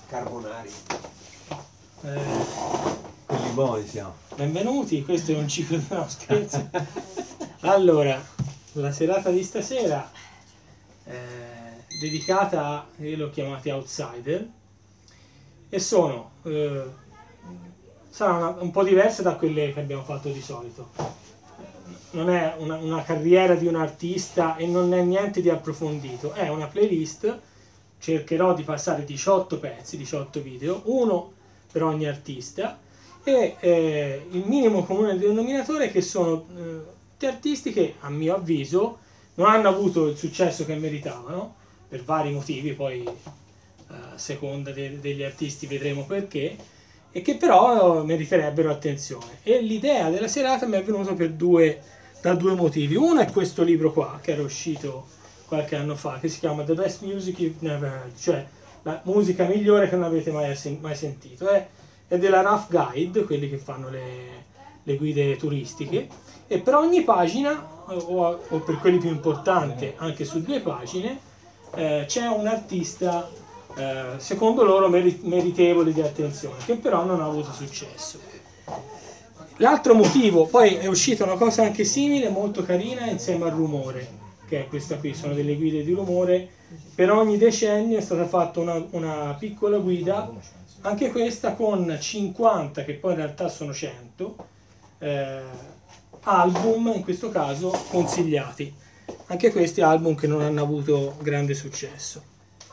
Carbonari. Quelli buoni siamo. Benvenuti, questo è un ciclo di no, scherzo. Allora, la serata di stasera dedicata a, io l'ho chiamati outsider, e sono sarà un po' diversa da quelle che abbiamo fatto di solito. Non è una carriera di un artista e non è niente di approfondito, è una playlist. Cercherò di passare 18 pezzi, 18 video, uno per ogni artista, e il minimo comune denominatore è che sono tutti artisti che, a mio avviso, non hanno avuto il successo che meritavano, per vari motivi, poi a seconda degli artisti vedremo perché, e che però meriterebbero attenzione. E l'idea della serata mi è venuta da due motivi. Uno è questo libro qua, che era uscito qualche anno fa, che si chiama The Best Music You've Never Heard, cioè la musica migliore che non avete mai sentito. È della Rough Guide, quelli che fanno le guide turistiche, e per ogni pagina, o per quelli più importanti anche su 2 pagine, c'è un artista secondo loro meritevole di attenzione, che però non ha avuto successo. L'altro motivo, poi è uscita una cosa anche simile, molto carina, insieme al Rumore, che è questa qui, sono delle guide di rumore. Per ogni decennio è stata fatta una piccola guida, anche questa con 50, che poi in realtà sono 100, album, in questo caso consigliati. Anche questi album che non hanno avuto grande successo.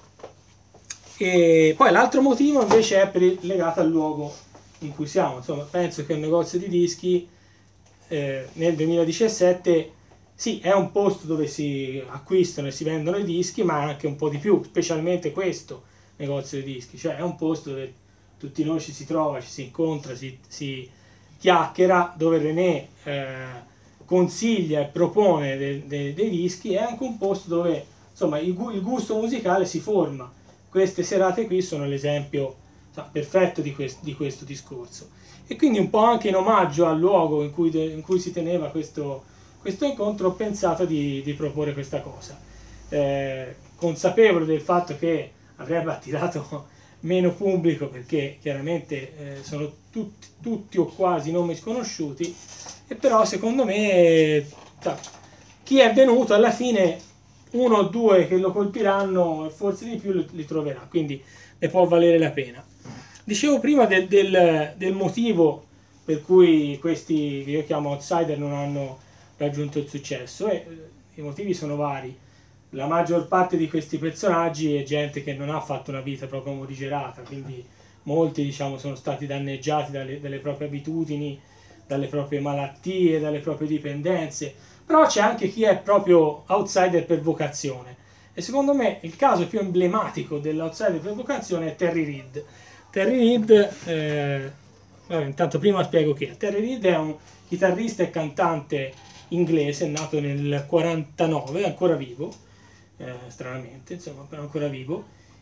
E poi l'altro motivo invece è legato al luogo in cui siamo. Insomma, penso che un negozio di dischi nel 2017 sì, è un posto dove si acquistano e si vendono i dischi, ma anche un po' di più, specialmente questo negozio di dischi, cioè è un posto dove tutti noi ci si trova, ci si incontra, si chiacchiera, dove René consiglia e propone dei dischi. È anche un posto dove insomma il gusto musicale si forma. Queste serate qui sono l'esempio perfetto di questo discorso, e quindi un po' anche in omaggio al luogo in cui si teneva questo incontro ho pensato di proporre questa cosa, consapevole del fatto che avrebbe attirato meno pubblico, perché chiaramente sono tutti o quasi nomi sconosciuti, e però secondo me chi è venuto alla fine, 1 o 2 che lo colpiranno, forse di più li troverà, quindi ne può valere la pena. Dicevo prima del motivo per cui questi che io chiamo outsider non hanno raggiunto il successo, e i motivi sono vari. La maggior parte di questi personaggi è gente che non ha fatto una vita proprio morigerata, quindi molti sono stati danneggiati dalle proprie abitudini, dalle proprie malattie, dalle proprie dipendenze, però c'è anche chi è proprio outsider per vocazione, e secondo me il caso più emblematico dell'outsider per vocazione è Terry Reid. Terry Reid, intanto prima spiego chi è. Terry Reid è un chitarrista e cantante inglese, nato nel 49, ancora vivo, stranamente, insomma, però ancora vivo.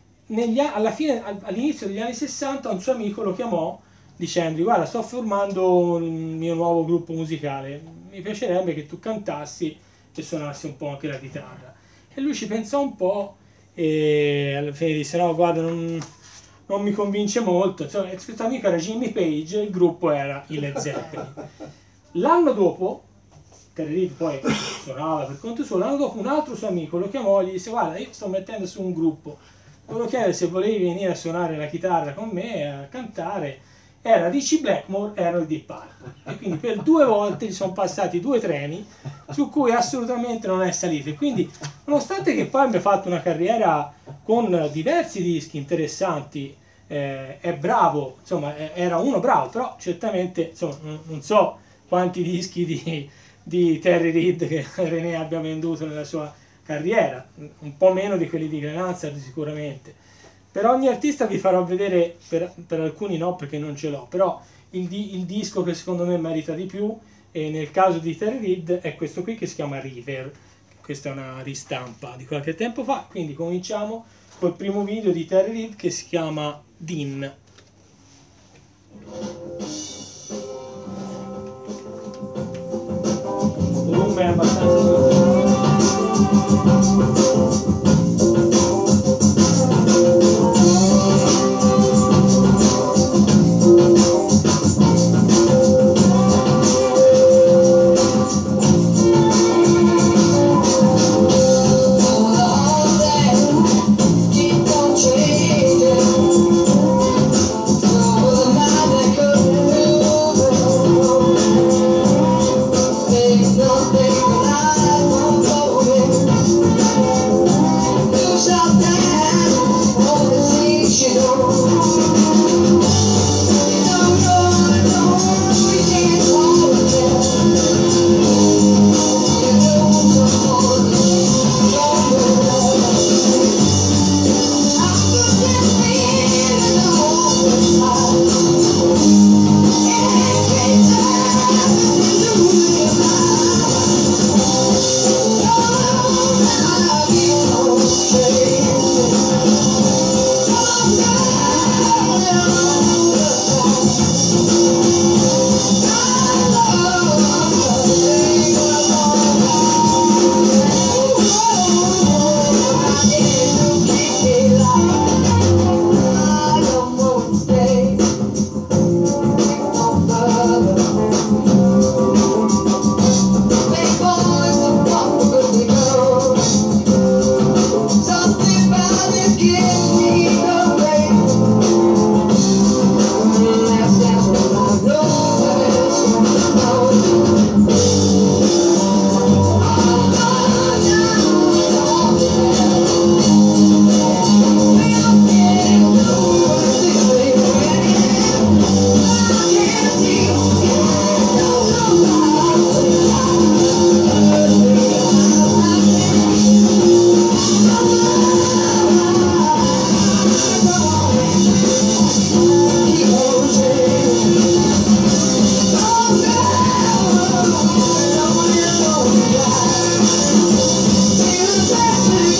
All'inizio degli anni 60 un suo amico lo chiamò dicendo: guarda, sto formando il mio nuovo gruppo musicale, mi piacerebbe che tu cantassi e suonassi un po' anche la chitarra. E lui ci pensò un po' e alla fine disse: no, guarda, non mi convince molto. Insomma, questo amico era Jimmy Page, il gruppo era i Led Zeppelin. L'anno dopo Terry Reid poi suonava per conto suo. L'anno dopo un altro suo amico lo chiamò e gli disse: guarda, io sto mettendo su un gruppo, volevo chiedere se volevi venire a suonare la chitarra con me, a cantare. Era Ritchie Blackmore, erano i Deep Purple, e quindi per 2 volte gli sono passati 2 treni su cui assolutamente non è salito. E quindi, nonostante che poi abbia fatto una carriera con diversi dischi interessanti, è bravo, insomma era uno bravo, però certamente insomma non so quanti dischi di Terry Reid che René abbia venduto nella sua carriera, un po' meno di quelli di Glenn Hansard sicuramente. Per ogni artista vi farò vedere, per alcuni no perché non ce l'ho, però il disco che secondo me merita di più, e nel caso di Terry Reid è questo qui che si chiama River. Questa è una ristampa di qualche tempo fa, quindi cominciamo col primo video di Terry Reid che si chiama Dean. Il volume è abbastanza sottile.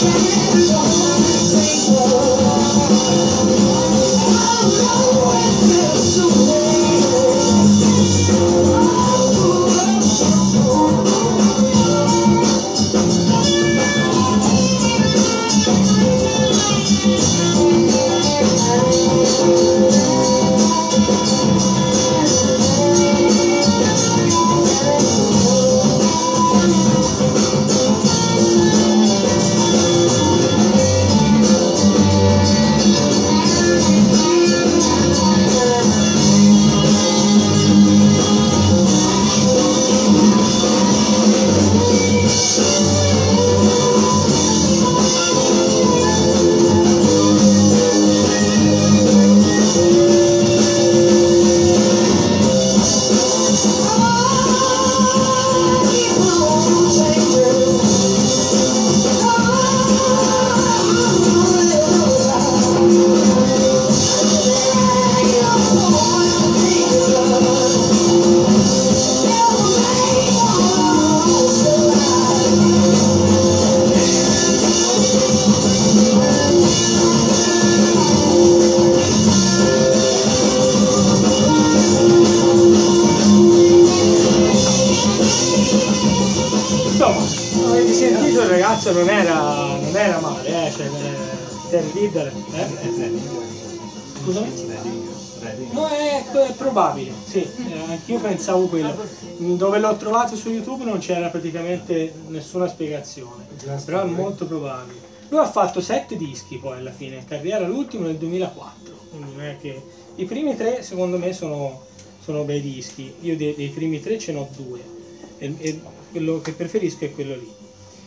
Non era male, cioè, Terry Leader, Scusami? No, è probabile, sì, anch'io pensavo quello. Dove l'ho trovato su YouTube non c'era praticamente nessuna spiegazione, però è molto probabile. Lui ha fatto 7 dischi poi alla fine, in carriera, l'ultimo nel 2004, quindi non è che... I primi 3 secondo me sono bei dischi, io dei primi 3 ce n'ho 2 e quello che preferisco è quello lì.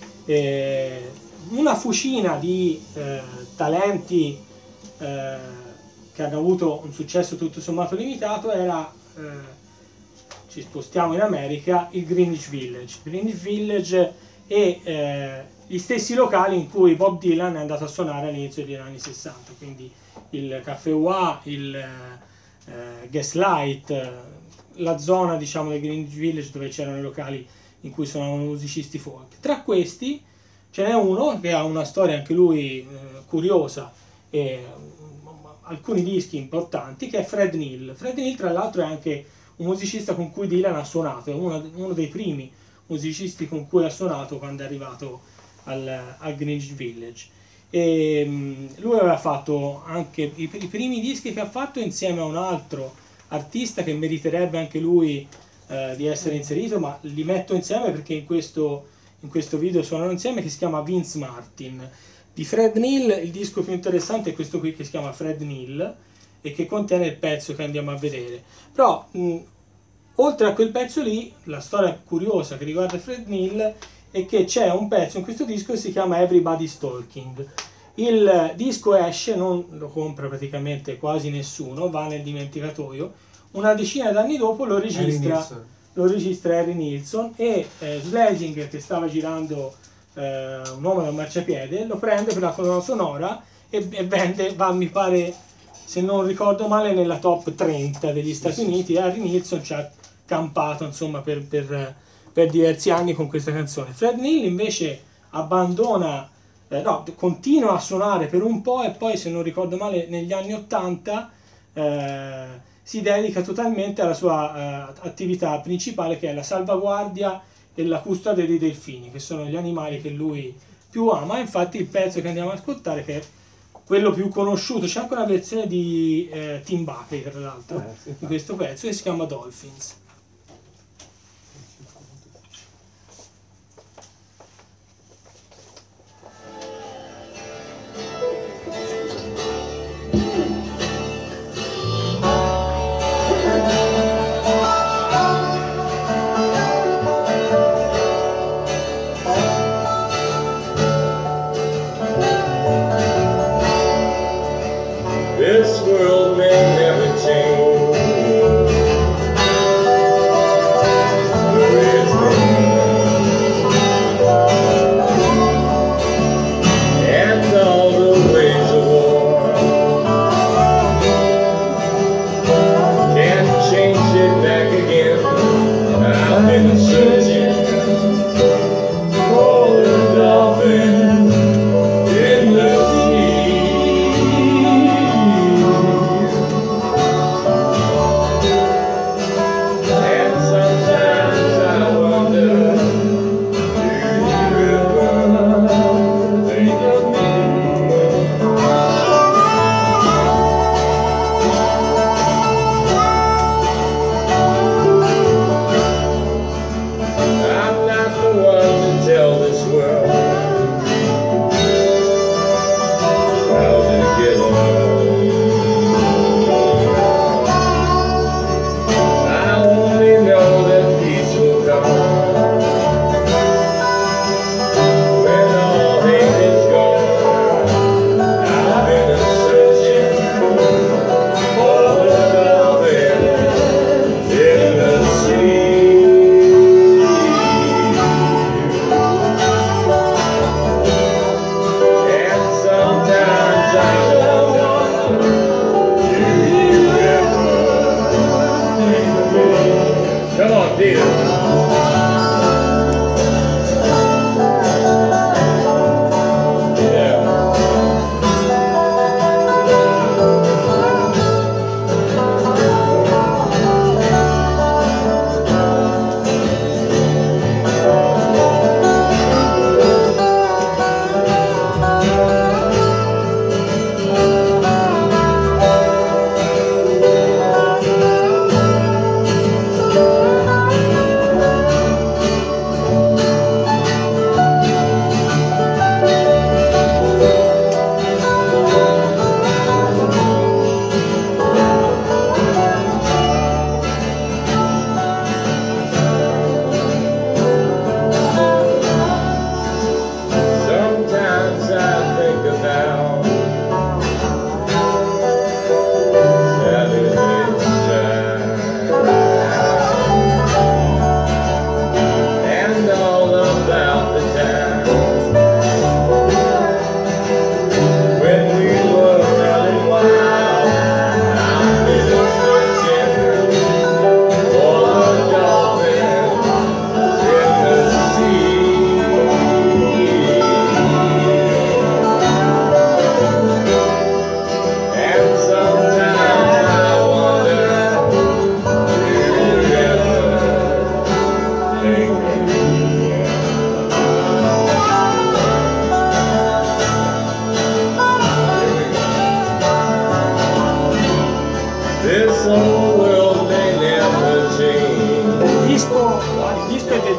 Una fucina di talenti che hanno avuto un successo tutto sommato limitato era, ci spostiamo in America, il Greenwich Village e gli stessi locali in cui Bob Dylan è andato a suonare all'inizio degli anni 60, quindi il Café Wa, il Gaslight, la zona diciamo del Greenwich Village dove c'erano i locali in cui suonavano musicisti folk. Tra questi ce n'è uno che ha una storia anche lui curiosa e alcuni dischi importanti, che è Fred Neil. Fred Neil tra l'altro è anche un musicista con cui Dylan ha suonato, è uno dei primi musicisti con cui ha suonato quando è arrivato al Greenwich Village. E lui aveva fatto anche i primi dischi che ha fatto insieme a un altro artista che meriterebbe anche lui di essere inserito, ma li metto insieme perché in questo video suonano insieme, che si chiama Vince Martin. Di Fred Neil il disco più interessante è questo qui che si chiama Fred Neil e che contiene il pezzo che andiamo a vedere. Però oltre a quel pezzo lì, la storia curiosa che riguarda Fred Neil è che c'è un pezzo in questo disco che si chiama Everybody's Talking. Il disco esce, non lo compra praticamente quasi nessuno, va nel dimenticatoio. Una decina d'anni dopo lo registra Harry Nilsson e Schlesinger, che stava girando Un uomo da marciapiede, lo prende per la colonna sonora e vende, mi pare, se non ricordo male, nella top 30 degli Stati Uniti. Harry Nilsson ci ha campato insomma per diversi anni con questa canzone. Fred Neil invece abbandona, continua a suonare per un po' e poi, se non ricordo male, negli anni 80 si dedica totalmente alla sua attività principale, che è la salvaguardia e la custodia dei delfini, che sono gli animali che lui più ama. Infatti il pezzo che andiamo ad ascoltare, che è quello più conosciuto, c'è anche una versione di Tim Buckley tra l'altro di questo pezzo, che si chiama Dolphins. This world may never change the way it's been, and all the ways of war can't change it back again. I've been searching for the dolphin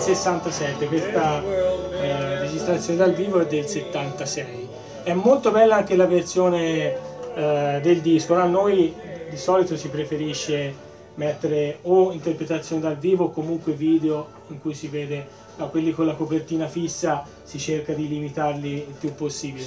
67, questa registrazione dal vivo è del 76. È molto bella anche la versione del disco. A noi di solito si preferisce mettere o interpretazione dal vivo o comunque video in cui si vede quelli con la copertina fissa, si cerca di limitarli il più possibile.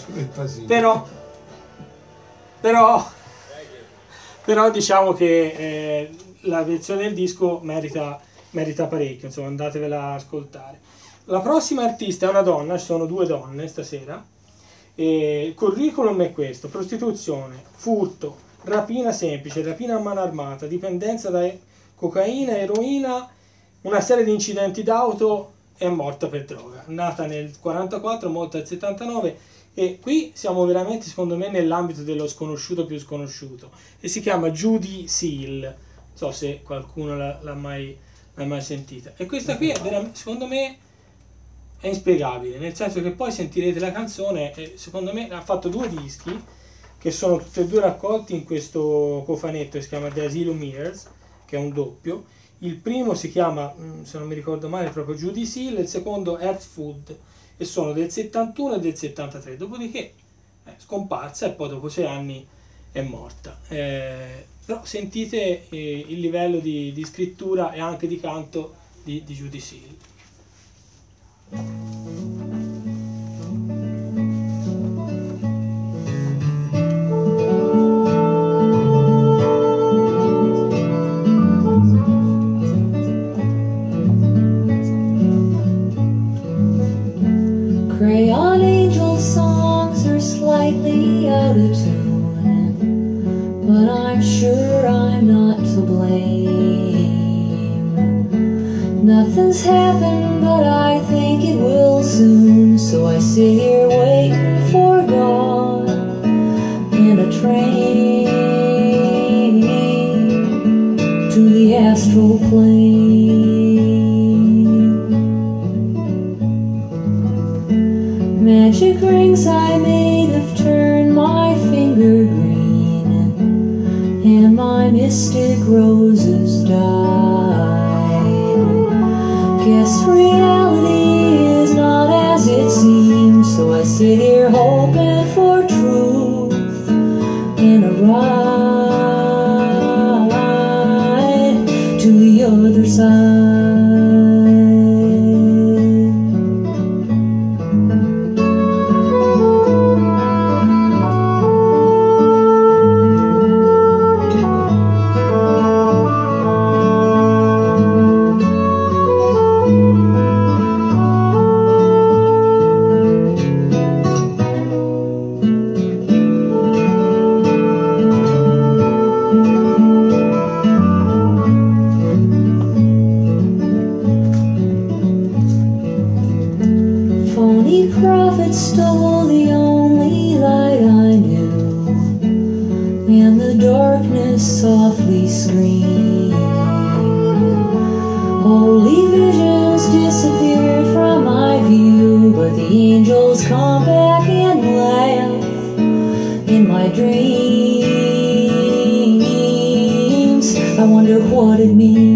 Però diciamo che la versione del disco merita parecchio, insomma, andatevela a ascoltare. La prossima artista è una donna, ci sono 2 donne stasera. Il curriculum è questo: prostituzione, furto, rapina semplice, rapina a mano armata, dipendenza da cocaina, eroina, una serie di incidenti d'auto, è morta per droga. Nata nel 44, morta nel 79, e qui siamo veramente, secondo me, nell'ambito dello sconosciuto più sconosciuto, e si chiama Judy Seal. Non so se qualcuno l'ha mai sentita. E questa qui è secondo me è inspiegabile, nel senso che poi sentirete la canzone, e secondo me ha fatto 2 dischi che sono tutti e 2 raccolti in questo cofanetto che si chiama The Asylum Years, che è un doppio. Il primo si chiama, se non mi ricordo male, proprio Judy Seal, il secondo Earth Food, e sono del 71 e del 73. Dopodiché è scomparsa e poi dopo 6 anni è morta. Però sentite il livello di scrittura e anche di canto di Judy Seal. Crayon angel songs are slightly out of tune, but I'm sure I'm not to blame. Nothing's happened, but I think it will soon, so I sit here waiting for God and a train to the astral plane. Magic rings I made have turned my finger green, and my mystic roses died. Guess reality is not as it seems, so I sit here hoping for truth and a ride to the other side. Phony prophets stole the only light I knew, and the darkness softly screamed. Holy visions disappeared from my view, but the angels come back and laugh in my dreams. I wonder what it means.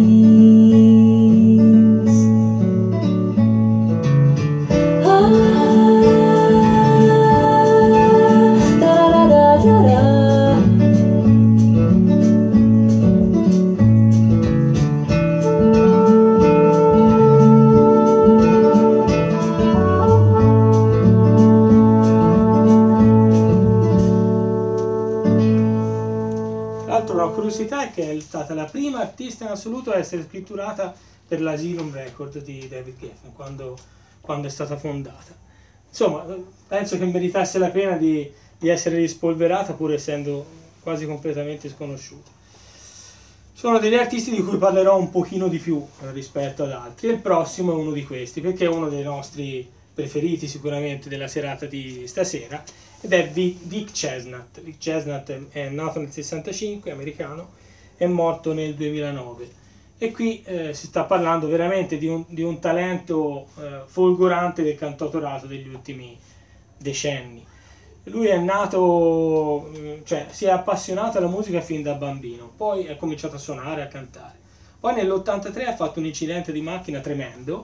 Una curiosità è che è stata la prima artista in assoluto a essere scritturata per l'Asylum Record di David Geffen quando è stata fondata. Insomma, penso che meritasse la pena di essere rispolverata, pur essendo quasi completamente sconosciuta. Sono degli artisti di cui parlerò un pochino di più rispetto ad altri, e il prossimo è uno di questi, perché è uno dei nostri preferiti sicuramente della serata di stasera, ed è Vic Chesnutt. Vic Chesnutt è nato nel 65, americano, è morto nel 2009, e qui si sta parlando veramente di un talento folgorante del cantautorato degli ultimi decenni. Lui è nato, cioè si è appassionato alla musica fin da bambino, poi ha cominciato a suonare, a cantare. Poi nell'83 ha fatto un incidente di macchina tremendo,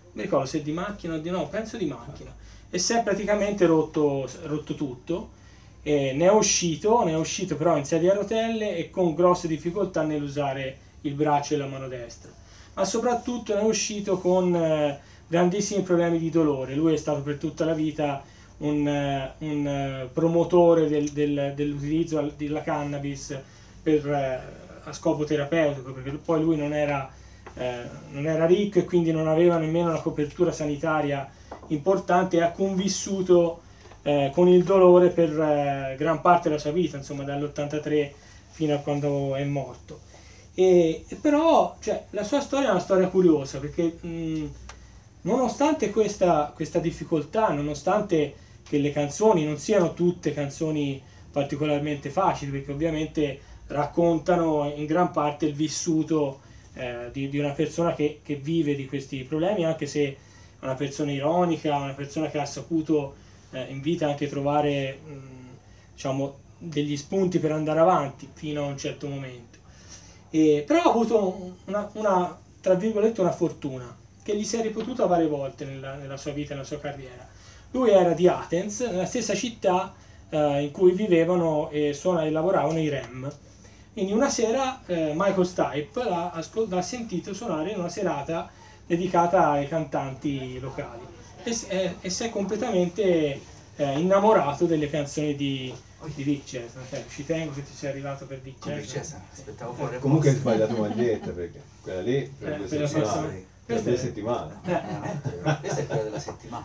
mi ricordo se di macchina o di no, penso di macchina, e si è praticamente rotto tutto. Ne è uscito però in sedia a rotelle e con grosse difficoltà nell'usare il braccio e la mano destra, ma soprattutto ne è uscito con grandissimi problemi di dolore. Lui è stato per tutta la vita un promotore dell'utilizzo della cannabis a scopo terapeutico, perché poi lui non era ricco e quindi non aveva nemmeno una copertura sanitaria importante, e ha convissuto con il dolore per gran parte della sua vita, insomma dall'83 fino a quando è morto. Però cioè, la sua storia è una storia curiosa, perché nonostante questa difficoltà, nonostante che le canzoni non siano tutte canzoni particolarmente facili, perché ovviamente raccontano in gran parte il vissuto di una persona che vive di questi problemi, anche se è una persona ironica, una persona che ha saputo in vita anche trovare diciamo degli spunti per andare avanti fino a un certo momento. Però ha avuto tra virgolette una fortuna che gli si è ripetuta varie volte nella sua vita, nella sua carriera. Lui era di Athens, nella stessa città in cui vivevano e lavoravano i Rem. Quindi una sera Michael Stipe l'ha sentito suonare in una serata dedicata ai cantanti locali e si è completamente innamorato delle canzoni di Vic Chesnutt. Ci tengo che ti sia arrivato per Vic Chesnutt. Aspettavo fuori. Comunque hai sbagliato maglietta, perché quella lì per per 2 la settimane. Per 2 settimane. Questa è quella della settimana.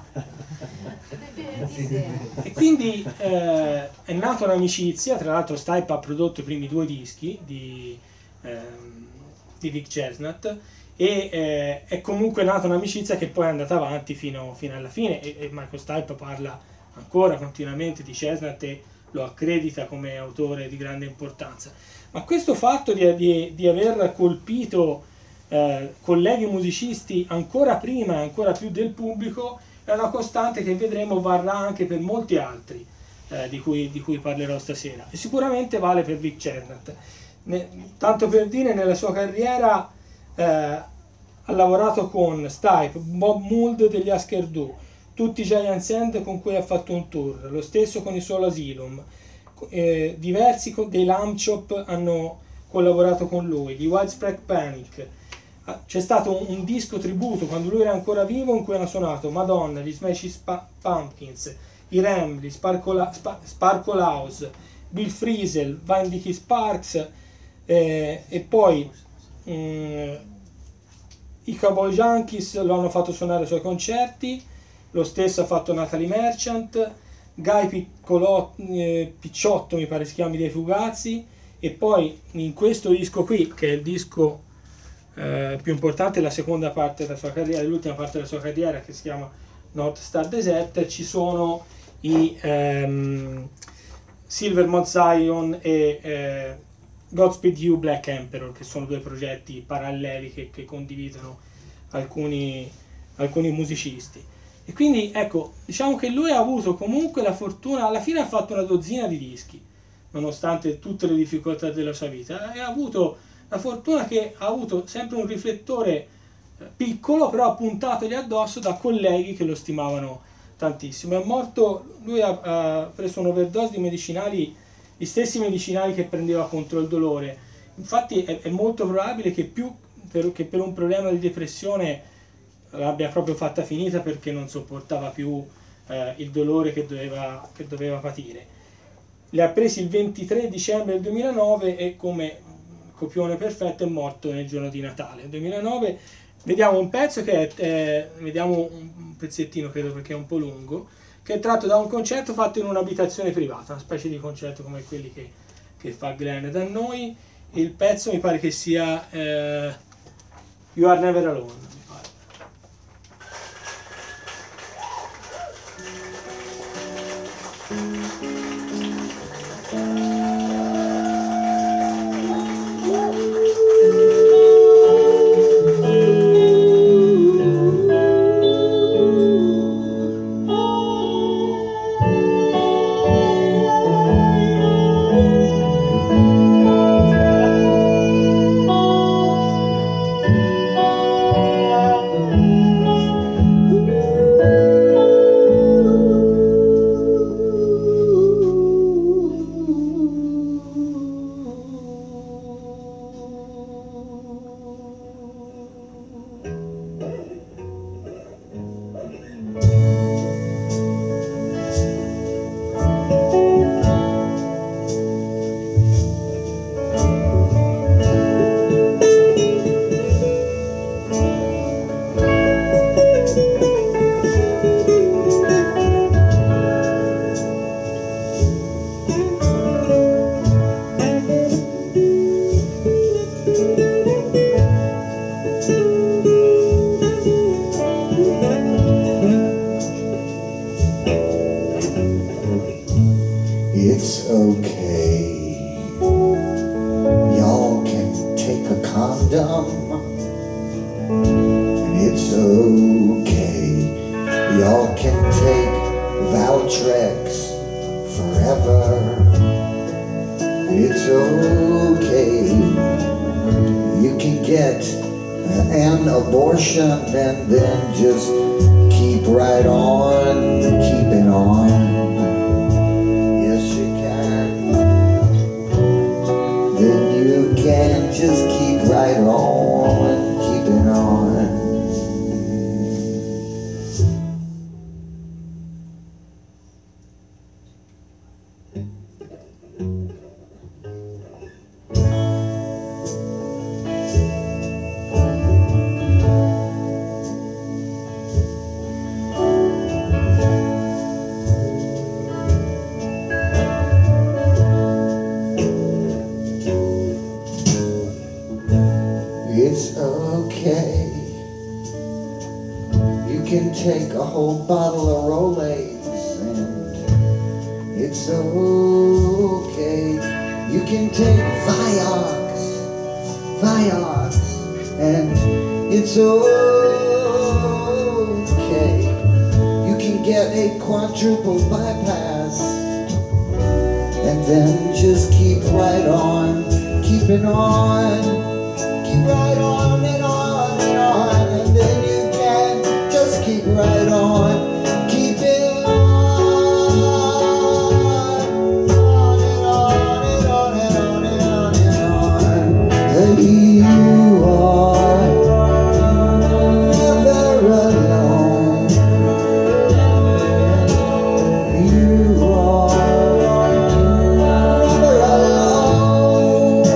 E quindi è nata un'amicizia. Tra l'altro Stipe ha prodotto i primi 2 dischi di Vic Chesnutt, e è comunque nata un'amicizia che poi è andata avanti fino alla fine, e Michael Stipe parla ancora continuamente di Chesnutt e lo accredita come autore di grande importanza. Ma questo fatto di aver colpito colleghi musicisti ancora prima e ancora più del pubblico è una costante che vedremo varrà anche per molti altri di cui parlerò stasera, e sicuramente vale per Vic Chesnutt. Tanto per dire, nella sua carriera ha lavorato con Stipe, Bob Mould degli Husker Du, tutti i Giant Sand con cui ha fatto un tour, lo stesso con i Soul Asylum, diversi dei Lamb Chop hanno collaborato con lui, gli Widespread Panic. C'è stato un disco tributo quando lui era ancora vivo in cui hanno suonato Madonna, gli Smashing Pumpkins, i Rambley, Sparkle House, Bill Frisell, Vindicky Sparks, e poi i Cowboy Junkies lo hanno fatto suonare ai suoi concerti, lo stesso ha fatto Natalie Merchant, Guy Picciotto mi pare si chiami, dei Fugazzi, e poi in questo disco qui, che è il disco più importante, la seconda parte della sua carriera, l'ultima parte della sua carriera, che si chiama North Star Desert, ci sono i Silver Mount Zion e Godspeed You Black Emperor, che sono 2 progetti paralleli che condividono alcuni musicisti. E quindi ecco, diciamo che lui ha avuto comunque la fortuna, alla fine ha fatto una dozzina di dischi nonostante tutte le difficoltà della sua vita, e ha avuto la fortuna che ha avuto sempre un riflettore piccolo però puntatogli addosso da colleghi che lo stimavano tantissimo. È morto, lui ha preso un'overdose di medicinali, gli stessi medicinali che prendeva contro il dolore. Infatti è molto probabile che che per un problema di depressione l'abbia proprio fatta finita, perché non sopportava più il dolore che doveva patire. Li ha presi il 23 dicembre del 2009 e come copione perfetto è morto nel giorno di Natale 2009. Vediamo un pezzo vediamo un pezzettino, credo, perché è un po' lungo, che è tratto da un concerto fatto in un'abitazione privata, una specie di concerto come quelli che fa Glenn da noi. Il pezzo mi pare che sia You Are Never Alone. It's okay. Y'all can take a condom. And it's okay. Y'all can take Valtrex forever. It's okay. You can get an abortion and then just keep right on keeping on. Yes, you can. Then you can just keep right on keeping on. It's okay. You can take a whole bottle of Rolaids and it's okay. You can take Vioxx, and it's okay. You can get a quadruple bypass and then just keep right on keeping on. Keep right on and on and on, and then you can just keep right on, keeping on and on and on and on and on and on. That you are never alone. You are never alone.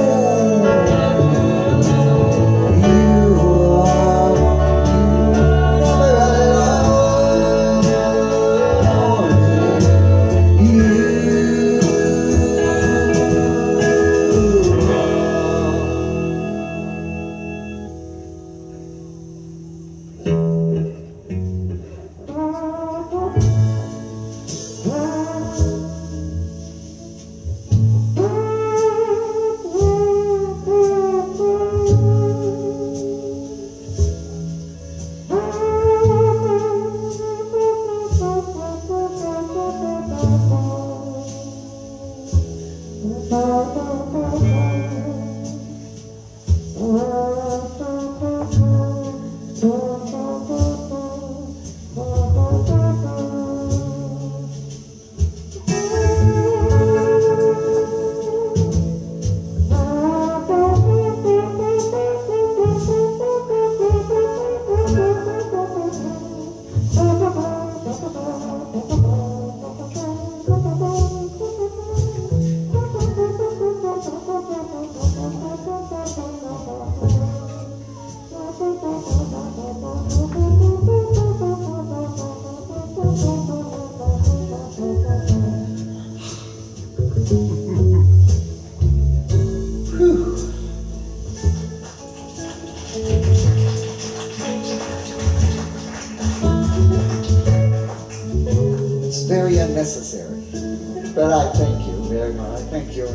It's very unnecessary, but I thank you very much. I thank you.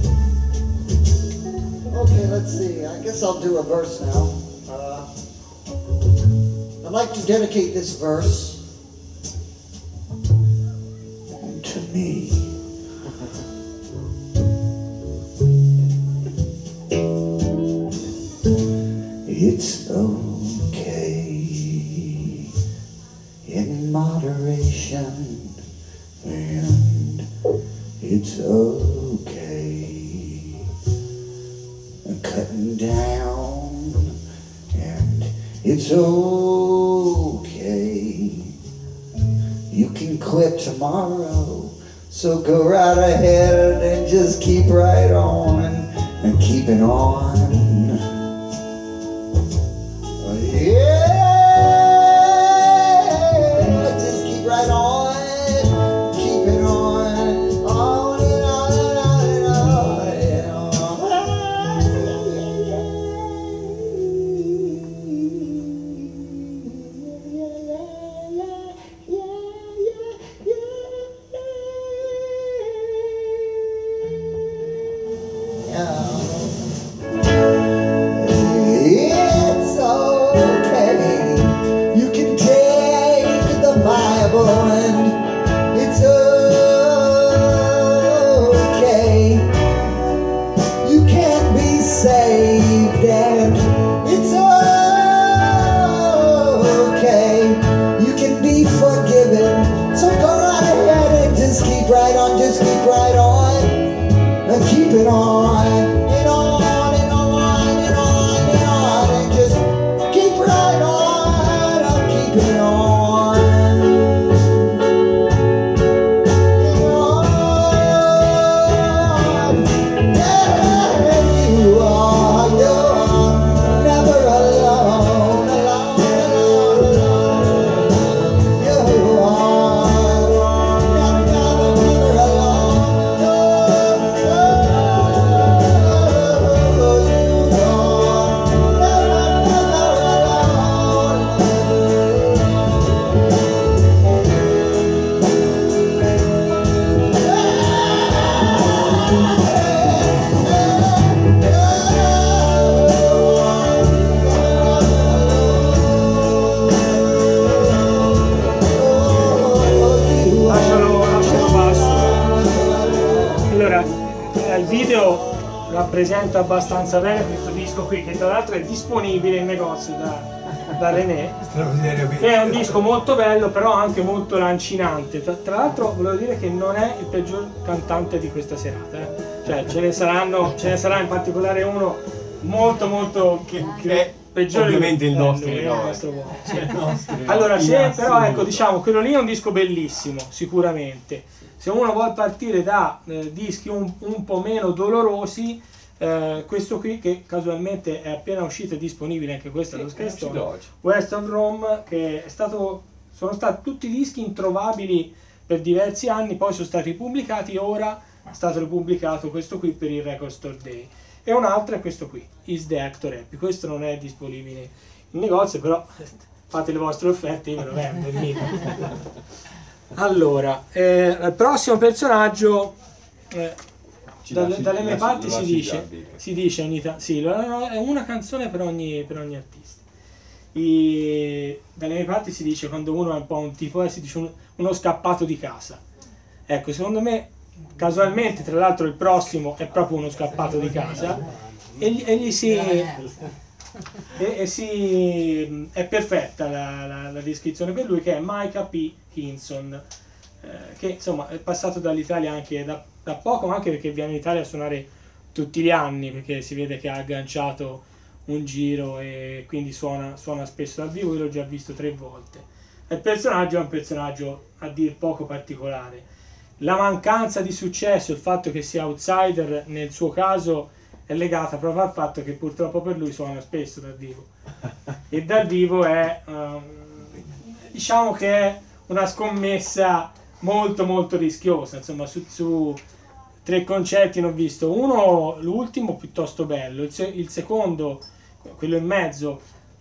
Okay, let's see. I guess I'll do a verse now. I'd like to dedicate this verse to me. It's okay in moderation, and it's okay cutting down, and it's okay. You can quit tomorrow, so go right ahead and just keep right on and keep it on. Yeah, just keep right on, keep it on and on and on and on and on. on, just keep right on, and keep it on, and on, and on, and on, and on, and just keep right on, and keep it on. And on. Yeah, you are never alone, alone, alone, alone. You are never, never, never alone. No, no, you are never, Lascialo basso. Allora, il video rappresenta abbastanza bene questo disco qui, che tra l'altro è disponibile in negozio da René, che è un disco molto bello, però anche molto lancinante. Tra l'altro volevo dire che non è il peggior cantante di questa serata, cioè ce ne sarà in particolare uno molto Che è peggiore di ovviamente il nostro lui, eroe. il nostro uomo, sì. Allora, però ecco, diciamo, quello lì è un disco bellissimo, sicuramente. Se uno vuole partire da dischi un po' meno dolorosi, questo qui, che casualmente è appena uscito e disponibile anche questo allo Sky Store, West of Rome, che sono stati tutti dischi introvabili per diversi anni, poi sono stati pubblicati, ora è stato ripubblicato questo qui per il Record Store Day. E un altro è questo qui, Is the Actor Happy. Questo non è disponibile in negozio, però fate le vostre offerte, io ve lo vendo. Allora, il prossimo personaggio, dalle mie parti si dice ogni tanto, sì, è una canzone per ogni artista. Dalle mie parti si dice, quando uno è un po' un tipo, si dice uno scappato di casa. Ecco, secondo me, casualmente, tra l'altro, il prossimo è proprio uno scappato di casa è perfetta la descrizione per lui, che è Micah P. Hinson, che insomma è passato dall'Italia anche da poco, ma anche perché viene in Italia a suonare tutti gli anni, perché si vede che ha agganciato un giro e quindi suona spesso dal vivo. Io l'ho già visto 3 volte. Il personaggio è un personaggio a dir poco particolare. La mancanza di successo, il fatto che sia outsider nel suo caso, è legata proprio al fatto che purtroppo per lui suona spesso dal vivo, e dal vivo è diciamo che è una scommessa molto rischiosa. Insomma, su 3 concerti ne ho visto uno, l'ultimo piuttosto bello, il secondo, quello in mezzo,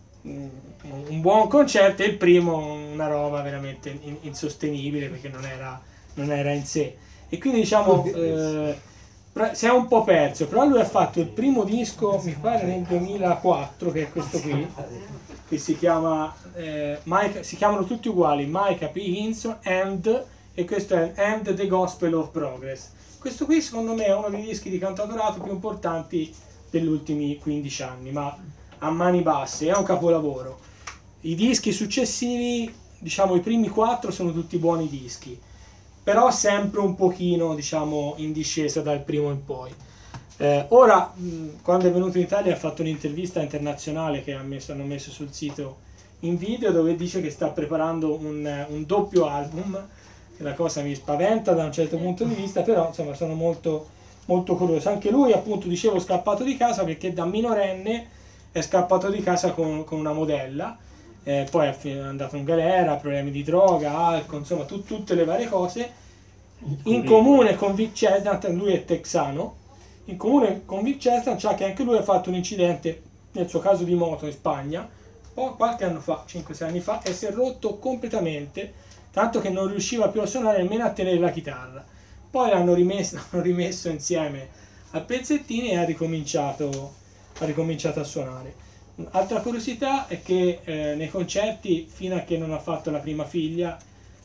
un buon concerto, e il primo una roba veramente insostenibile, perché non era in sé, e quindi diciamo si è un po' perso. Però lui ha fatto il primo disco, mi pare nel 2004, che è questo qui, che si chiama si chiamano tutti uguali, Micah P. Hinson e questo è And the Gospel of Progress. Questo qui secondo me è uno dei dischi di cantautorato più importanti degli ultimi 15 anni, ma a mani basse, è un capolavoro. I dischi successivi, diciamo i primi 4, sono tutti buoni dischi, però sempre un pochino, diciamo, in discesa dal primo in poi. Ora, quando è venuto in Italia, ha fatto un'intervista internazionale che hanno messo sul sito in video, dove dice che sta preparando un doppio album, che la cosa mi spaventa da un certo punto di vista, però insomma sono molto curioso. Anche lui, appunto, dicevo, scappato di casa, perché da minorenne è scappato di casa con una modella, poi è andato in galera, problemi di droga, alcol, insomma tutte le varie cose. In comune con Vic Chesnutt, lui è texano, in comune con Vic Chesnutt c'ha che anche lui ha fatto un incidente, nel suo caso di moto, in Spagna, qualche anno fa, 5-6 anni fa, e si è rotto completamente, tanto che non riusciva più a suonare, nemmeno a tenere la chitarra. Poi l'hanno rimesso insieme a pezzettini e ha ricominciato a suonare. Altra curiosità è che nei concerti, fino a che non ha fatto la prima figlia,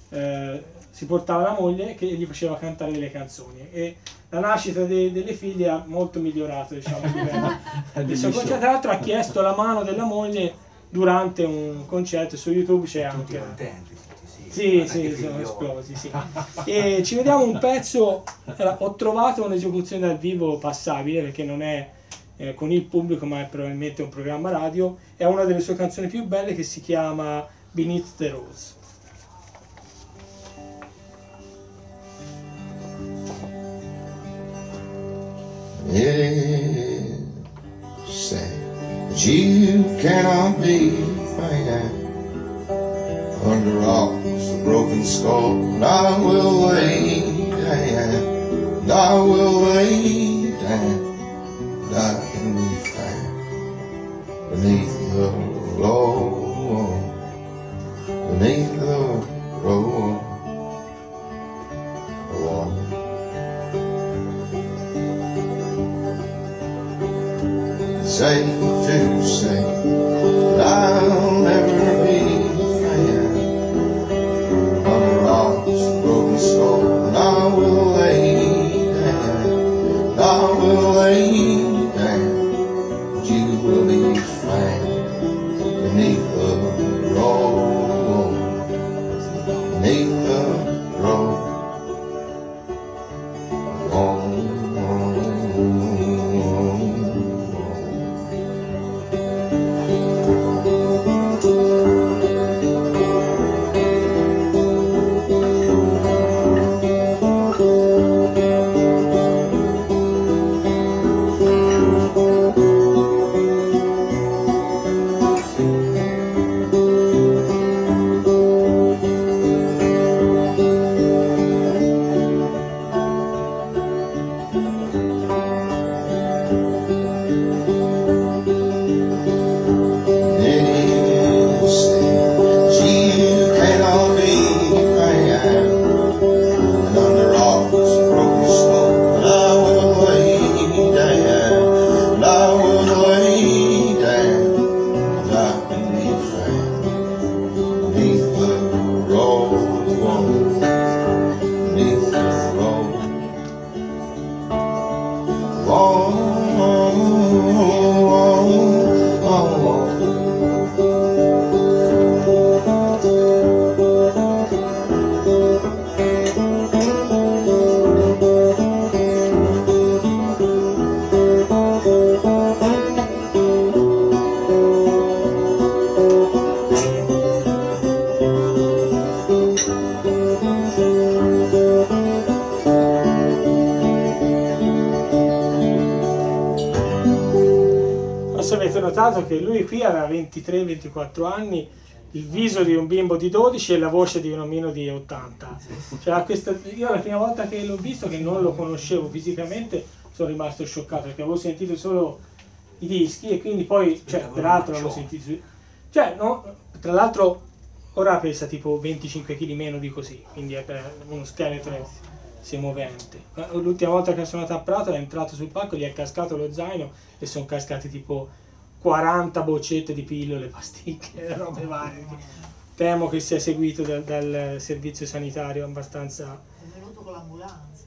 si portava la moglie che gli faceva cantare delle canzoni, e la nascita delle figlie ha molto migliorato, diciamo, il livello del suo concerto. Tra l'altro ha chiesto la mano della moglie durante un concerto, su YouTube c'è Tutti anche... contenti, Sì, anche sì, sono figlioli. esplosi, sì. E ci vediamo un pezzo, allora, ho trovato un'esecuzione dal vivo passabile perché non è con il pubblico ma è probabilmente un programma radio, è una delle sue canzoni più belle che si chiama Beneath the Rose. It say that you cannot be found under rocks, a broken skull, and I will lay down, and I will lay down, and I can be found beneath the road, beneath the road. Safe to say that I'll never be found under rocks, broken skull, and I will lay down, and I will lay down, and you will be found beneath the road, beneath the road. Che lui qui aveva 23-24 anni, il viso di un bimbo di 12 e la voce di un omino di 80. Cioè, io la prima volta che l'ho visto, che non lo conoscevo fisicamente, sono rimasto scioccato perché avevo sentito solo i dischi e quindi poi, cioè, peraltro l'avevo sentito, cioè, no, tra l'altro ora pesa tipo 25 kg meno di così, quindi è uno scheletro semovente. L'ultima volta che sono andato a Prato è entrato sul palco, gli è cascato lo zaino e sono cascati tipo 40 boccette di pillole, pasticche, robe varie. Temo che sia seguito dal servizio sanitario abbastanza. È venuto con l'ambulanza.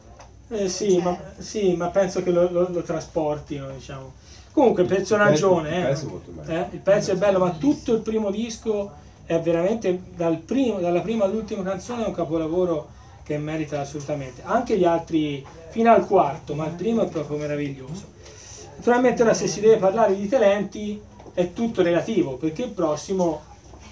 Sì, ma penso che lo trasportino, diciamo. Comunque, personaggione, il pezzo è bello, ma tutto il primo disco è veramente dalla prima all'ultima canzone è un capolavoro che merita assolutamente. Anche gli altri fino al quarto, ma il primo è proprio meraviglioso. Naturalmente ora se si deve parlare di talenti è tutto relativo, perché il prossimo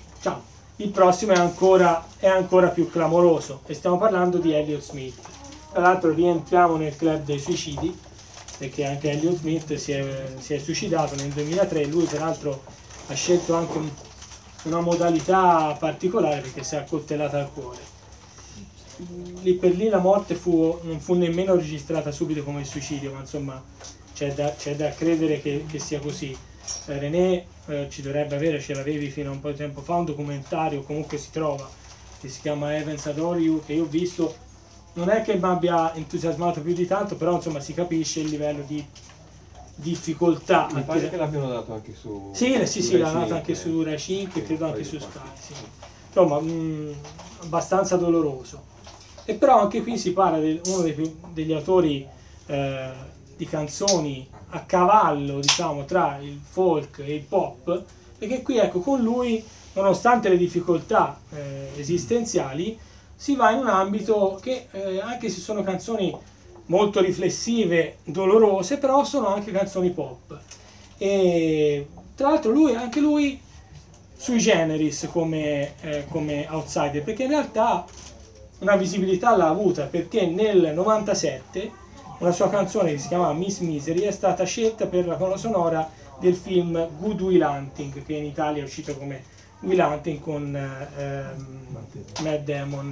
è ancora più clamoroso e stiamo parlando di Elliott Smith. Tra l'altro rientriamo nel club dei suicidi, perché anche Elliott Smith si è suicidato nel 2003, lui peraltro ha scelto anche una modalità particolare perché si è accoltellata al cuore. Lì per lì la morte non fu nemmeno registrata subito come suicidio, ma insomma c'è da credere che sia così. René ci dovrebbe avere, ce l'avevi fino a un po' di tempo fa, un documentario, comunque si trova, che si chiama Heavens Adore You, che io ho visto, non è che mi abbia entusiasmato più di tanto, però insomma si capisce il livello di difficoltà. Mi pare che l'abbiano dato anche su... Sì, l'hanno dato anche su Rai 5 e credo anche su Sky, sì. Insomma, abbastanza doloroso. E però anche qui si parla di uno degli autori di canzoni a cavallo, diciamo, tra il folk e il pop, perché qui ecco con lui nonostante le difficoltà esistenziali, si va in un ambito che, anche se sono canzoni molto riflessive, dolorose, però sono anche canzoni pop. E tra l'altro anche lui sui generis come outsider, perché in realtà una visibilità l'ha avuta, perché nel 97 una sua canzone che si chiamava Miss Misery è stata scelta per la colonna sonora del film Good Will Hunting, che in Italia è uscito come Will Hunting con Matt Damon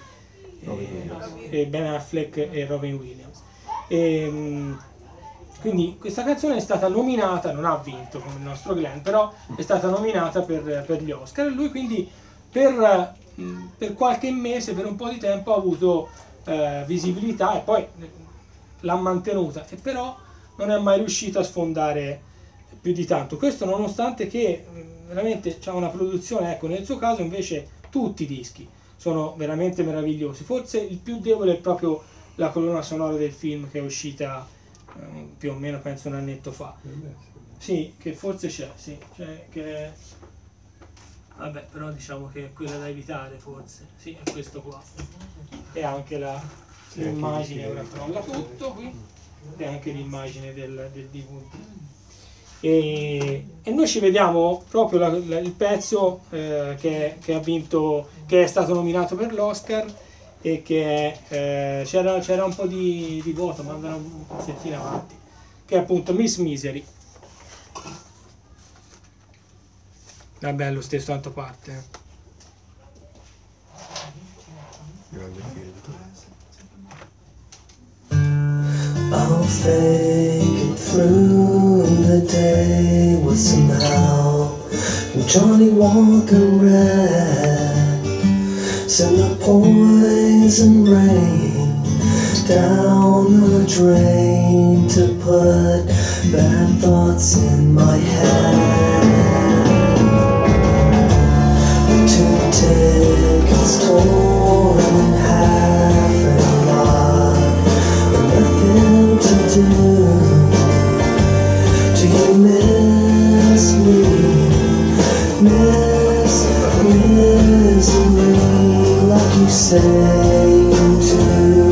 e Ben Affleck e Robin Williams. Quindi questa canzone è stata nominata, non ha vinto come il nostro Glenn, però è stata nominata per gli Oscar, e lui quindi per qualche mese, per un po' di tempo, ha avuto visibilità e poi l'ha mantenuta, e però non è mai riuscito a sfondare più di tanto. Questo nonostante che veramente c'ha una produzione, ecco, nel suo caso invece tutti i dischi sono veramente meravigliosi. Forse il più debole è proprio la colonna sonora del film, che è uscita più o meno penso un annetto fa. Sì, che forse c'è, sì, cioè che vabbè, però diciamo che è quella da evitare forse. Sì, è questo qua. E anche l'immagine, ora crolla tutto qui, e anche l'immagine del DVD. E noi ci vediamo proprio il pezzo che ha vinto, che è stato nominato per l'Oscar, e che c'era un po' di voto, ma andano un pezzettino avanti, che è appunto Miss Misery. Vabbè, lo stesso, tanto parte. Grande film. I'll fake it through the day with some help from Johnny Walker Red. Send the poison rain down the drain to put bad thoughts in my head. Two tickets torn in half and nothing to do. Do you miss me? Miss me like you say you do.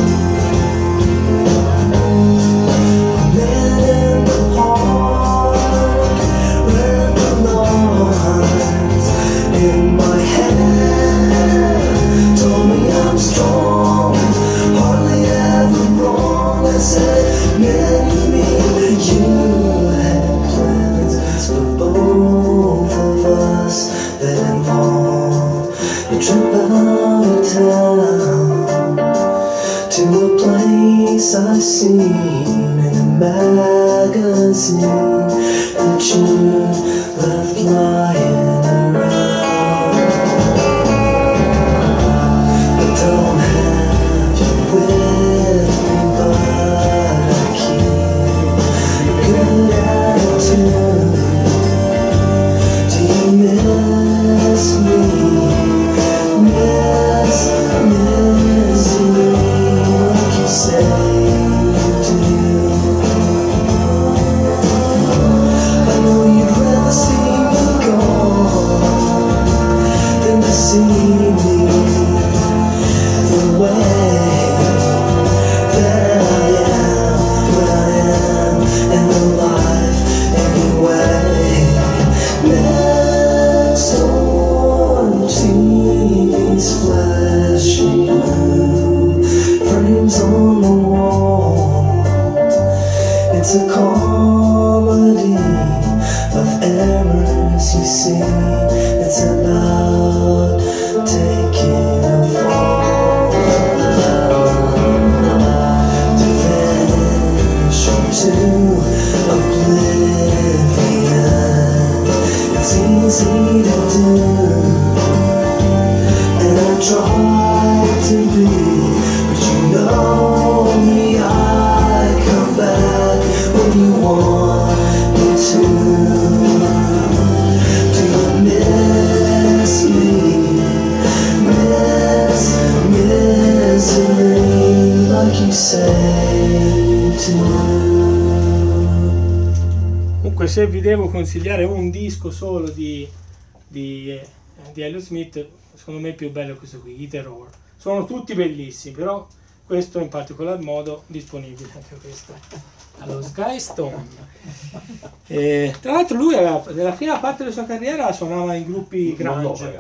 Men in the park, read the lines in my head. Told me I'm strong, hardly ever wrong. I said, maybe you had plans for both of us that involved a trip out of town to a place I seen in a magazine that you left lying around. I don't have you with me, but I keep a good attitude. Do you miss me? Miss me like you say you do. I know you'd rather see me gone than to see me the way that I am, when I am, and the life anyway. Next on TV's flashing blue, frames on the wall. It's a comedy of errors, you see. It's about taking a fall, to vanish into oblivion. It's easy to do, and I try to be, but you know me, I come back when you want me to. Do you miss me? Misery like you say to. Comunque, se vi devo consigliare un disco solo di di Elliott Smith, secondo me il più bello è questo qui, Either Or. Sono tutti bellissimi, però questo in particolar modo disponibile anche questo allo Sky Stone. Tra l'altro lui nella prima parte della sua carriera suonava in gruppi grunge,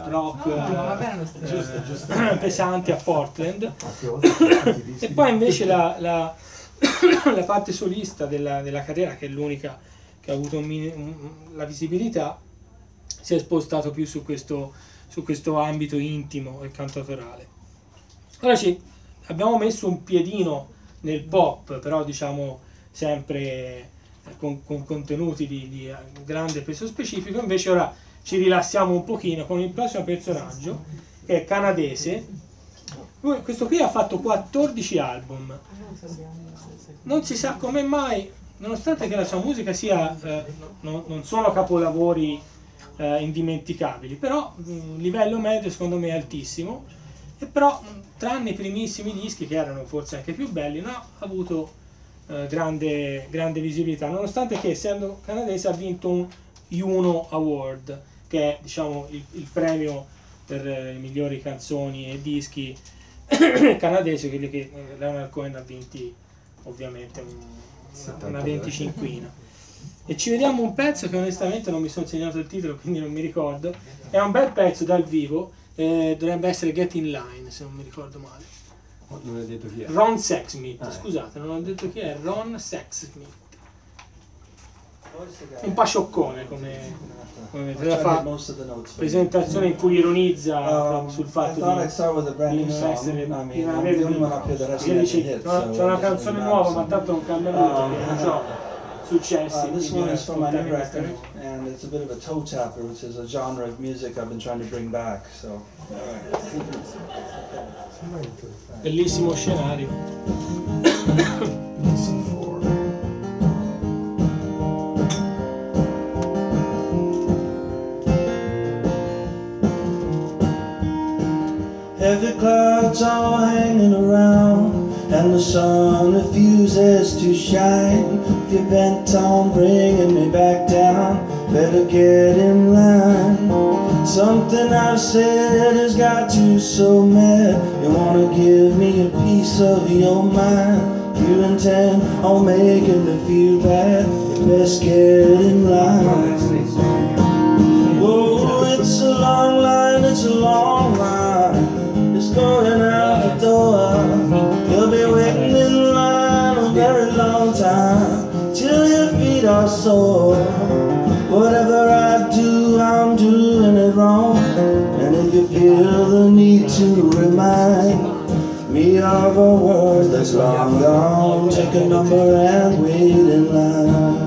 rock, pesanti a Portland, e poi invece la parte solista della carriera, che è l'unica che ha avuto la visibilità, si è spostato più su questo ambito intimo e cantautorale. Ora abbiamo messo un piedino nel pop, però diciamo sempre con contenuti di grande peso specifico. Invece ora ci rilassiamo un pochino con il prossimo personaggio, che è canadese. Questo qui ha fatto 14 album, non si sa come mai, nonostante che la sua musica sia non sono capolavori indimenticabili, però un livello medio secondo me è altissimo, e però tranne i primissimi dischi, che erano forse anche più belli, no, ha avuto grande visibilità, nonostante che, essendo canadese, ha vinto un Juno Award, che è diciamo il premio per le migliori canzoni e dischi canadesi, quelli che Leonard Cohen ha vinti ovviamente una 25ina. E ci vediamo un pezzo che onestamente non mi sono segnato il titolo, quindi non mi ricordo. È un bel pezzo dal vivo, dovrebbe essere Get In Line, se non mi ricordo male. Non hai detto chi è? Ron Sexsmith, scusate, non ho detto chi è, Ron Sexsmith. Un po' scioccone come fa presentazione in cui ironizza sul fatto di non essere c'è una canzone nuova, ma tanto non cambia nulla perché non so successi. This one is from my new record, and it's a bit of a toe tapper, which is a genre of music I've been trying to bring back. So, bellissimo scenario. heavy clouds all hanging around, and the sun refuses to shine. If you're bent on bringing me back down, better get in line. Something I've said has got you so mad, you wanna give me a piece of your mind. You intend on making me feel bad, you best get in line. Oh, it's a long line, it's a long line, it's going out the door. You'll be waiting in line a very long time, till your feet are sore. Whatever I do, I'm doing it wrong. And if you feel the need to remind me of a word that's long gone, take a number and wait in line.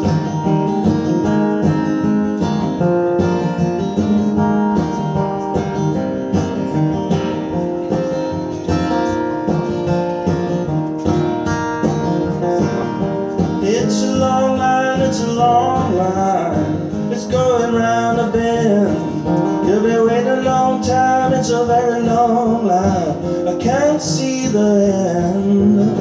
It's a long line, it's a long line, it's going round a bend. You'll be waiting a long time, it's a very long line, I can't see the end.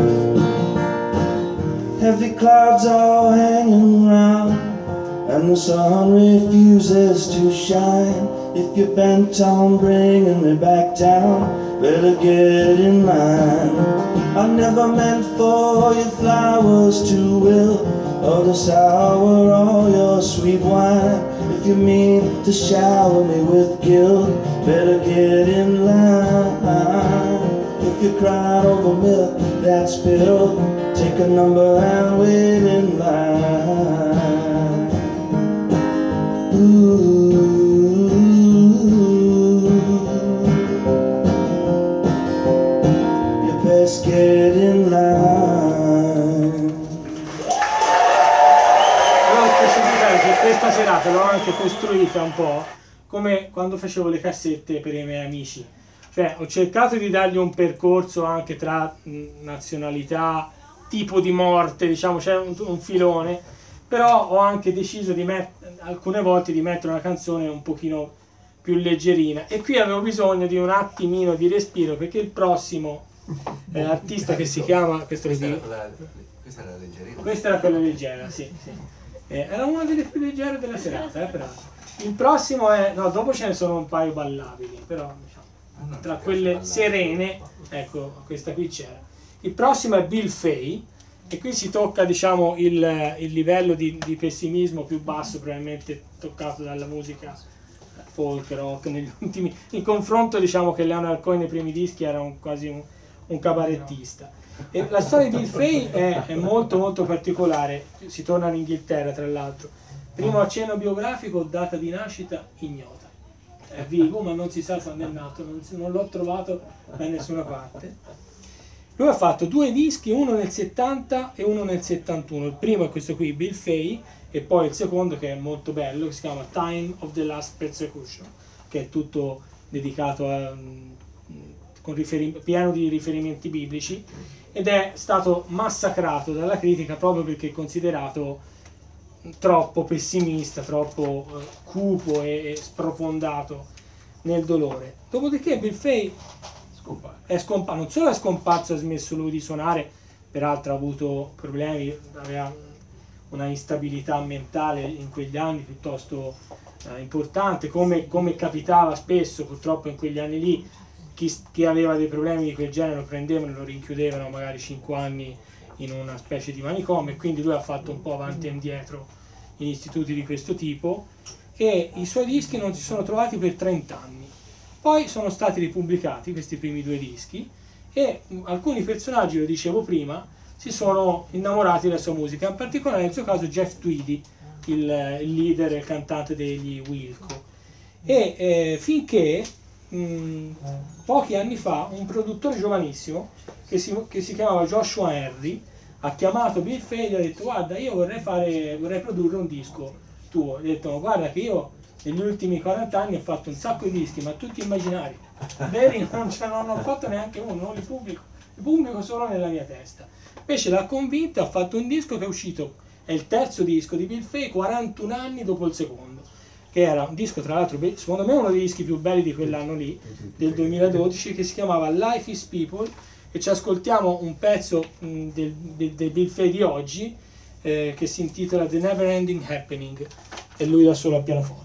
Heavy clouds all hanging around, and the sun refuses to shine. If you're bent on bringing me back down, better get in line. I never meant for your flowers to wilt, or to sour all your sweet wine. If you mean to shower me with guilt, better get in line. If you're crying over milk that's spilled, take a number and wait in line. Ooh. You best get in line. Volevo specificare che questa serata l'ho anche costruita un po' come quando facevo le cassette per i miei amici. Cioè, ho cercato di dargli un percorso anche tra nazionalità, tipo di morte, diciamo, c'è un filone, però ho anche deciso di alcune volte di mettere una canzone un pochino più leggerina, e qui avevo bisogno di un attimino di respiro, perché il prossimo artista che si chiama Questa era leggerina. questa era quella leggera, sì. Era una delle più leggere della serata, peraltro. Il prossimo è, no, dopo ce ne sono un paio ballabili, però diciamo, tra quelle serene, ecco, questa qui c'era. Il prossimo è Bill Fay, e qui si tocca, diciamo, il livello di pessimismo più basso probabilmente toccato dalla musica folk rock negli ultimi, in confronto, diciamo, che Leonard Cohen nei primi dischi era quasi un cabarettista. E la storia di Bill Fay è molto molto particolare, si torna in Inghilterra tra l'altro. Primo accenno biografico, data di nascita ignota, è vivo ma non si sa quando è nato, non l'ho trovato da nessuna parte. Lui ha fatto 2 dischi, uno nel 70 e uno nel 71. Il primo è questo qui, Bill Fay, e poi il secondo, che è molto bello, che si chiama Time of the Last Persecution, che è tutto dedicato a, pieno di riferimenti biblici, ed è stato massacrato dalla critica proprio perché è considerato troppo pessimista, troppo cupo e sprofondato nel dolore. Dopodiché Bill Fay è scomparso, non solo è scomparso, ha smesso lui di suonare, peraltro ha avuto problemi, aveva una instabilità mentale in quegli anni piuttosto importante, come capitava spesso purtroppo in quegli anni lì. Chi aveva dei problemi di quel genere lo prendevano e lo rinchiudevano magari 5 anni in una specie di manicomio, e quindi lui ha fatto un po' avanti e indietro in istituti di questo tipo, e i suoi dischi non si sono trovati per 30 anni. Poi sono stati ripubblicati questi primi 2 dischi e alcuni personaggi, lo dicevo prima, si sono innamorati della sua musica, in particolare nel suo caso Jeff Tweedy, il leader e il cantante degli Wilco. E finché pochi anni fa un produttore giovanissimo che si chiamava Joshua Henry ha chiamato Bill Fay e gli ha detto: guarda, io vorrei produrre un disco tuo. Gli ha detto: guarda che io negli ultimi 40 anni ho fatto un sacco di dischi, ma tutti immaginari, veri, non ho fatto neanche uno, non li pubblico solo nella mia testa. Invece l'ha convinto, ha fatto un disco che è uscito, è il terzo disco di Bill Fay 41 anni dopo il secondo, che era un disco, tra l'altro, secondo me uno dei dischi più belli di quell'anno lì, del 2012, che si chiamava Life is People, e ci ascoltiamo un pezzo del Bill Fay di oggi che si intitola The Never Ending Happening, e lui da solo al pianoforte.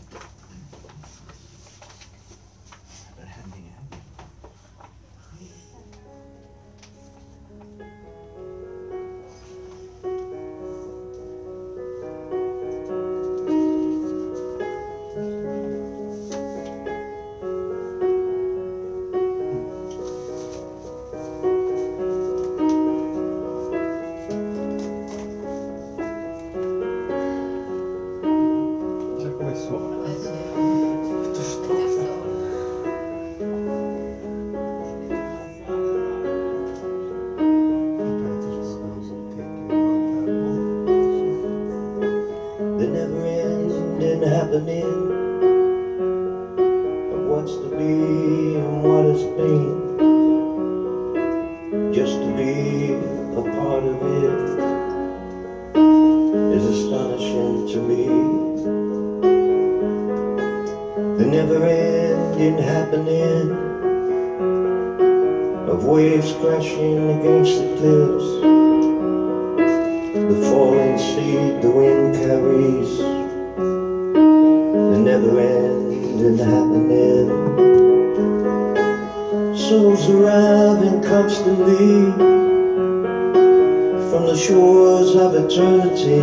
Souls arriving constantly from the shores of eternity.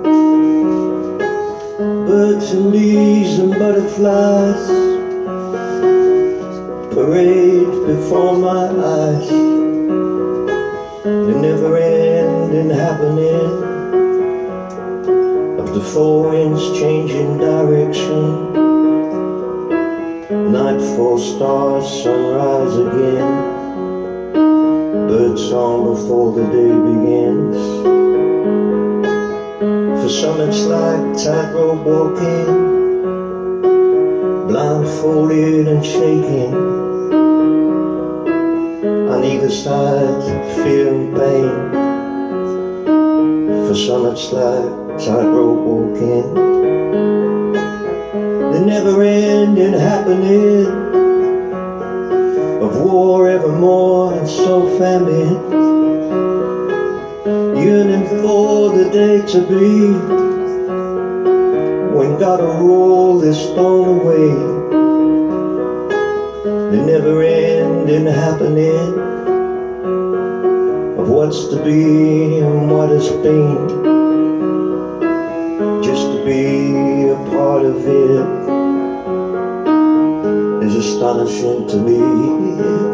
Birds and bees and butterflies parade before my eyes. The never-ending happening of the four winds changing direction. Nightfall, stars, sunrise again. Bird song before the day begins. For some it's like tightrope walking, blindfolded and shaking. On either side, fear and pain. For some it's like tightrope walking. The never-ending happening of war evermore and so famine, yearning for the day to be when gotta roll this stone away. The never-ending happening of what's to be and what has been. Just to be a part of it is astonishing to me.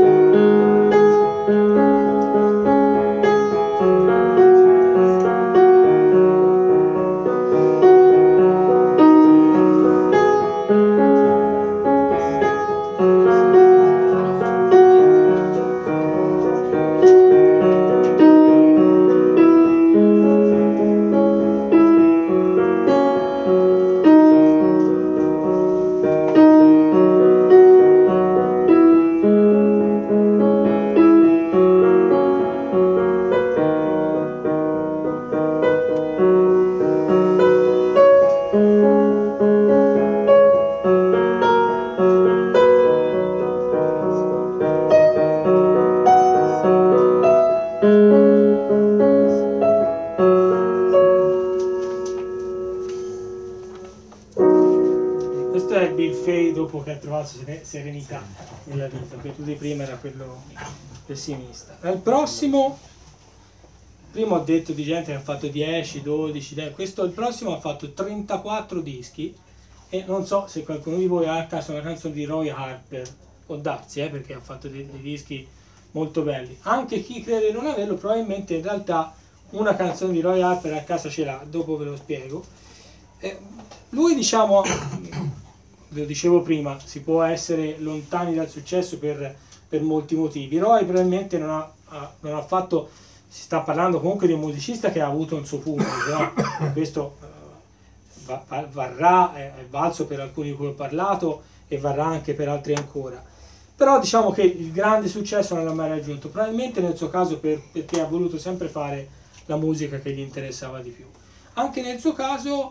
Questo è Bill Fay dopo che ha trovato serenità nella vita, perché di prima era quello pessimista. Il prossimo, prima ho detto di gente che ha fatto 10, 12, 10, il prossimo ha fatto 34 dischi e non so se qualcuno di voi ha a casa una canzone di Roy Harper, può darsi, perché ha fatto dei dischi molto belli. Anche chi crede non averlo, probabilmente in realtà una canzone di Roy Harper a casa ce l'ha, dopo ve lo spiego. Lui, diciamo, lo dicevo prima, si può essere lontani dal successo per molti motivi. Roy probabilmente non ha fatto, si sta parlando comunque di un musicista che ha avuto un suo pubblico, no? Questo varrà, è valso per alcuni di cui ho parlato e varrà anche per altri ancora. Però diciamo che il grande successo non l'ha mai raggiunto, probabilmente nel suo caso perché ha voluto sempre fare la musica che gli interessava di più. Anche nel suo caso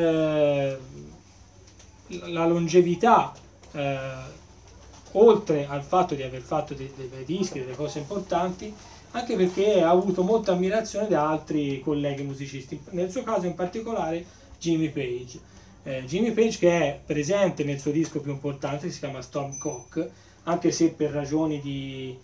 la longevità, oltre al fatto di aver fatto dei dischi, delle cose importanti, anche perché ha avuto molta ammirazione da altri colleghi musicisti, nel suo caso in particolare Jimmy Page. Jimmy Page, che è presente nel suo disco più importante, che si chiama Stormcock, anche se per ragioni di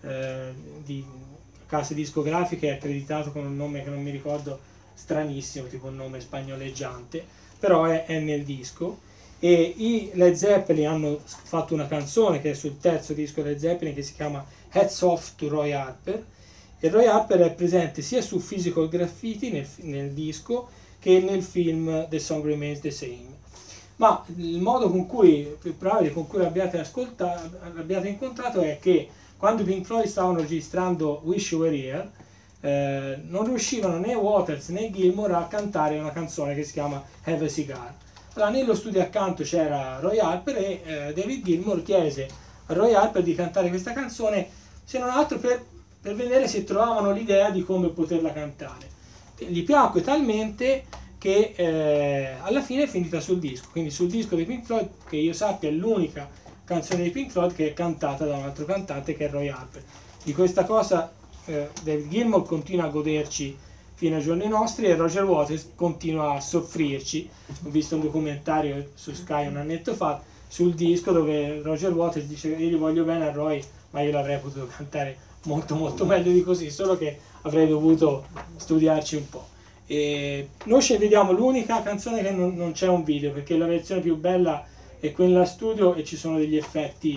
case discografiche è accreditato con un nome che non mi ricordo, stranissimo, tipo un nome spagnoleggiante, però è nel disco. E i Led Zeppelin hanno fatto una canzone che è sul terzo disco Led Zeppelin, che si chiama Hats Off to Roy Harper, e Roy Harper è presente sia su Physical Graffiti nel disco che nel film The Song Remains the Same. Ma il modo con cui, più probabile con cui l'abbiate incontrato è che quando i Pink Floyd stavano registrando Wish You Were Here, non riuscivano né Waters né Gilmour a cantare una canzone che si chiama Have a Cigar. Allora, nello studio accanto c'era Roy Harper e David Gilmour chiese a Roy Harper di cantare questa canzone, se non altro per vedere se trovavano l'idea di come poterla cantare. Gli piacque talmente che alla fine è finita sul disco, quindi sul disco dei Pink Floyd, che io sappia, è l'unica canzone dei Pink Floyd che è cantata da un altro cantante, che è Roy Harper. Di questa cosa David Gilmour continua a goderci fino ai giorni nostri e Roger Waters continua a soffrirci. Ho visto un documentario su Sky un annetto fa sul disco dove Roger Waters dice: io gli voglio bene a Roy, ma io l'avrei potuto cantare molto molto meglio di così, solo che avrei dovuto studiarci un po'. E noi ci vediamo l'unica canzone che non c'è un video, perché la versione più bella è quella studio e ci sono degli effetti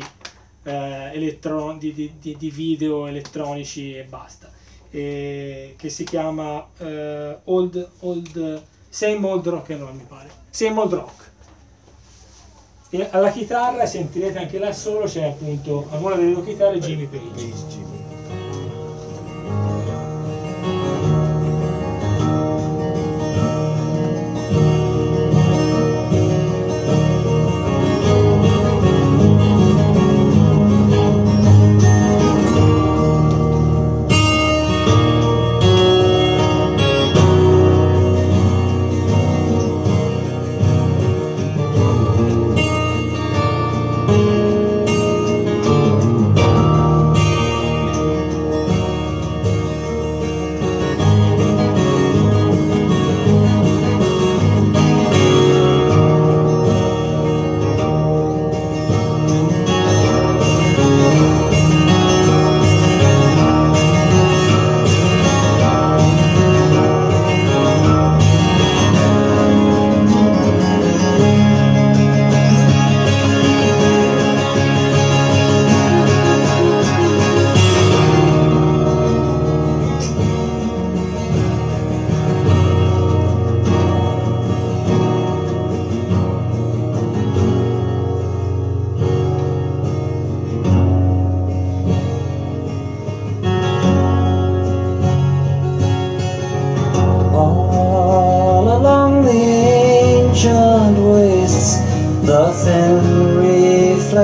di video elettronici e basta, che si chiama Same Old Rock and Roll, mi pare, Same Old Rock. E alla chitarra, sentirete anche là solo, c'è appunto a una delle due chitarre Jimmy Page.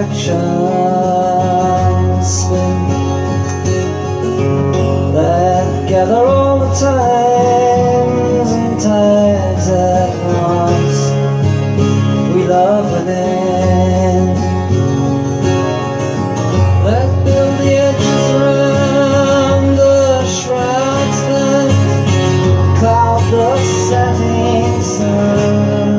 directions spin that gather all the times and tides at once we love within, that build the edges round the shrouds that cloud the setting sun.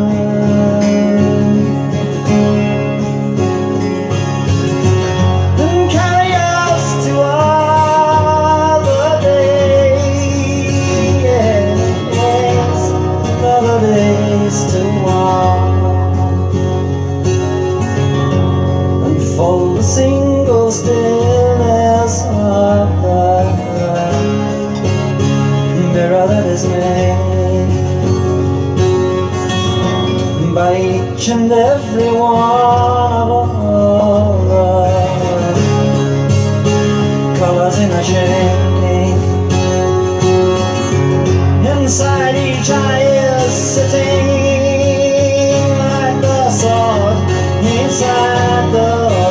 Single stillness of the mirror that is made by each and every one of all the colors in a shade. Inside each eye is sitting like the sword inside the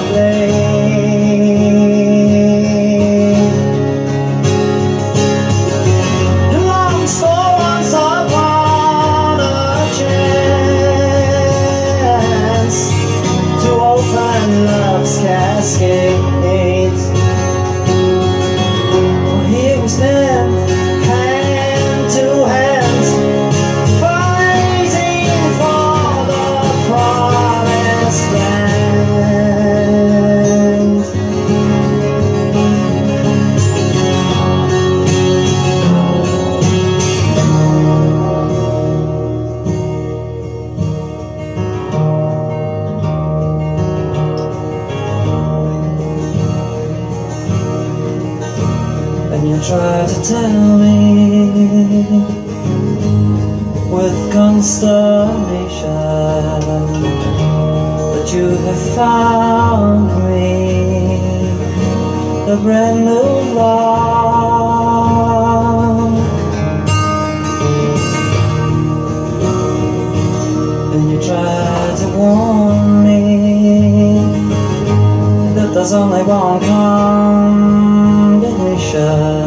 cascades. Here we stand, hand to hand, fighting for the promised land. You try to tell me with consternation that you have found me a brand new love, and you try to warn me that there's only one combination.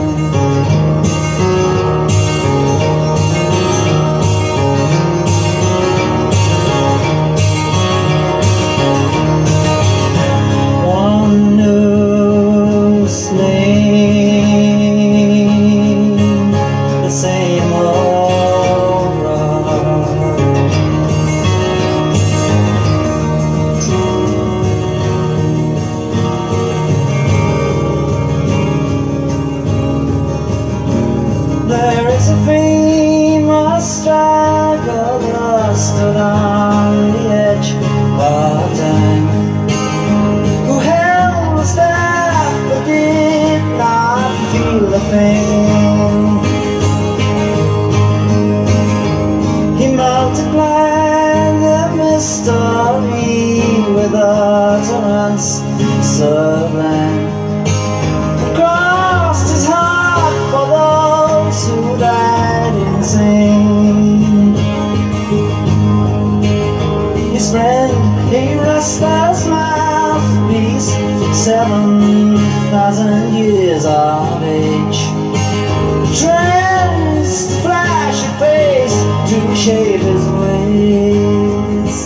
One new name, the same old road. There is a famous striker that stood on the edge of time, who held the staff but did not feel the pain. He multiplied the mystery with utterance sublime, crossed his heart for those who died insane. His friend, a restless mouthpiece, 7,000 years of age, trends to flash a face to shape his ways.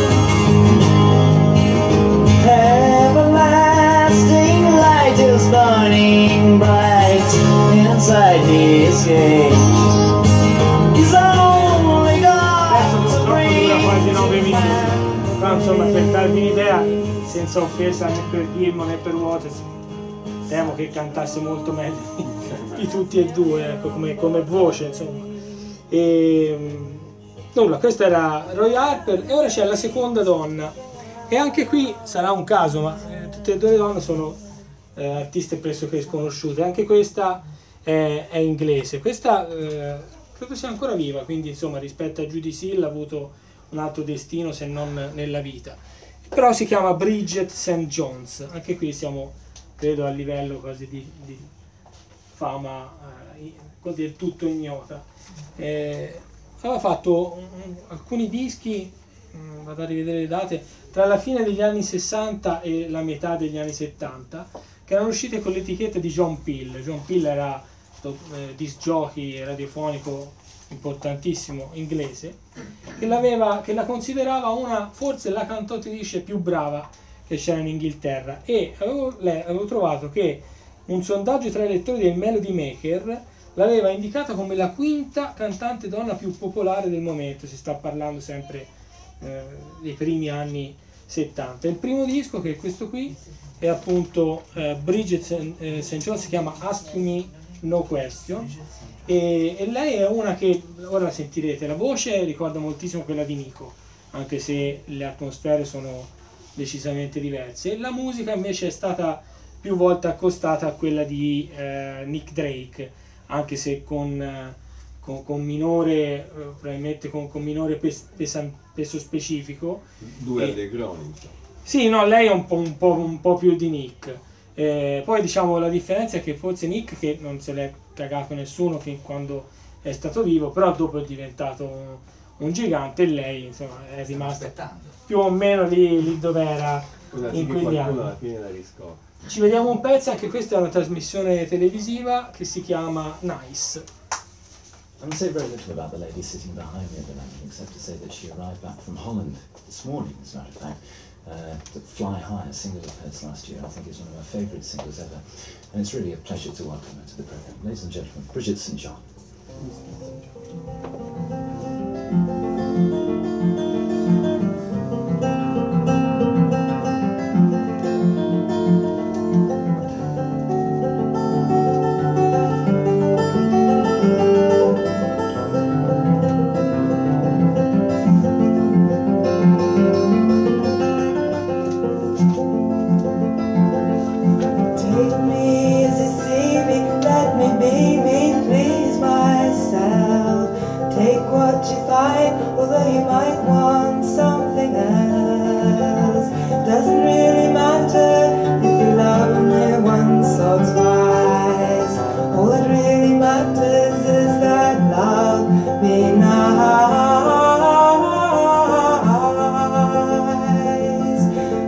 Everlasting light is burning bright inside his cage. He's only got to Dura quasi 9 minuti, breathe. però insomma per darvi un'idea, senza offesa né per Gilmo né per Waters, temo che cantasse molto meglio di tutti e due, ecco, come voce, insomma. Nulla, questa era Roy Harper e ora c'è la seconda donna, e anche qui sarà un caso, ma tutte e due le donne sono artiste pressoché sconosciute. Anche questa è inglese, questa credo sia ancora viva, quindi insomma rispetto a Judy Seal ha avuto un altro destino se non nella vita, però si chiama Bridget St. Jones. Anche qui siamo credo a livello quasi di fama del tutto ignota. Aveva fatto alcuni dischi vado a rivedere le date, tra la fine degli anni 60 e la metà degli anni 70, che erano uscite con l'etichetta di John Peel. John Peel era disc jockey radiofonico importantissimo inglese, che la considerava forse la cantautrice più brava che c'era in Inghilterra, e avevo trovato che un sondaggio tra i lettori del Melody Maker l'aveva indicata come la quinta cantante donna più popolare del momento. Si sta parlando sempre dei primi anni 70. Il primo disco, che è questo qui, è appunto Bridget St. John, si chiama Ask Me No Question, e lei è una che, ora la sentirete, la voce ricorda moltissimo quella di Nico, anche se le atmosfere sono decisamente diverse, e la musica invece è stata più volte accostata a quella di Nick Drake, anche se con minore, probabilmente con minore peso specifico. Due allegroni. Sì, no, lei è un po' più di Nick. Poi diciamo la differenza è che forse Nick, che non se l'è cagato nessuno fin quando è stato vivo, però dopo è diventato un gigante, e lei insomma è rimasta più o meno lì dove era in quegli anni. Alla fine la riscopre. Ci vediamo un pezzo, anche questa è una trasmissione televisiva che si chiama Nice. I can say very little about the lady sitting behind me at the moment, except to say that she arrived back from Holland this morning, as a matter of fact. The Fly High, a single of hers last year, I think is one of my favourite singles ever, and it's really a pleasure to welcome her to the programme. Ladies and gentlemen, Bridget St. John. Although you might want something else, doesn't really matter if you love me once or twice. All that really matters is that love be nice.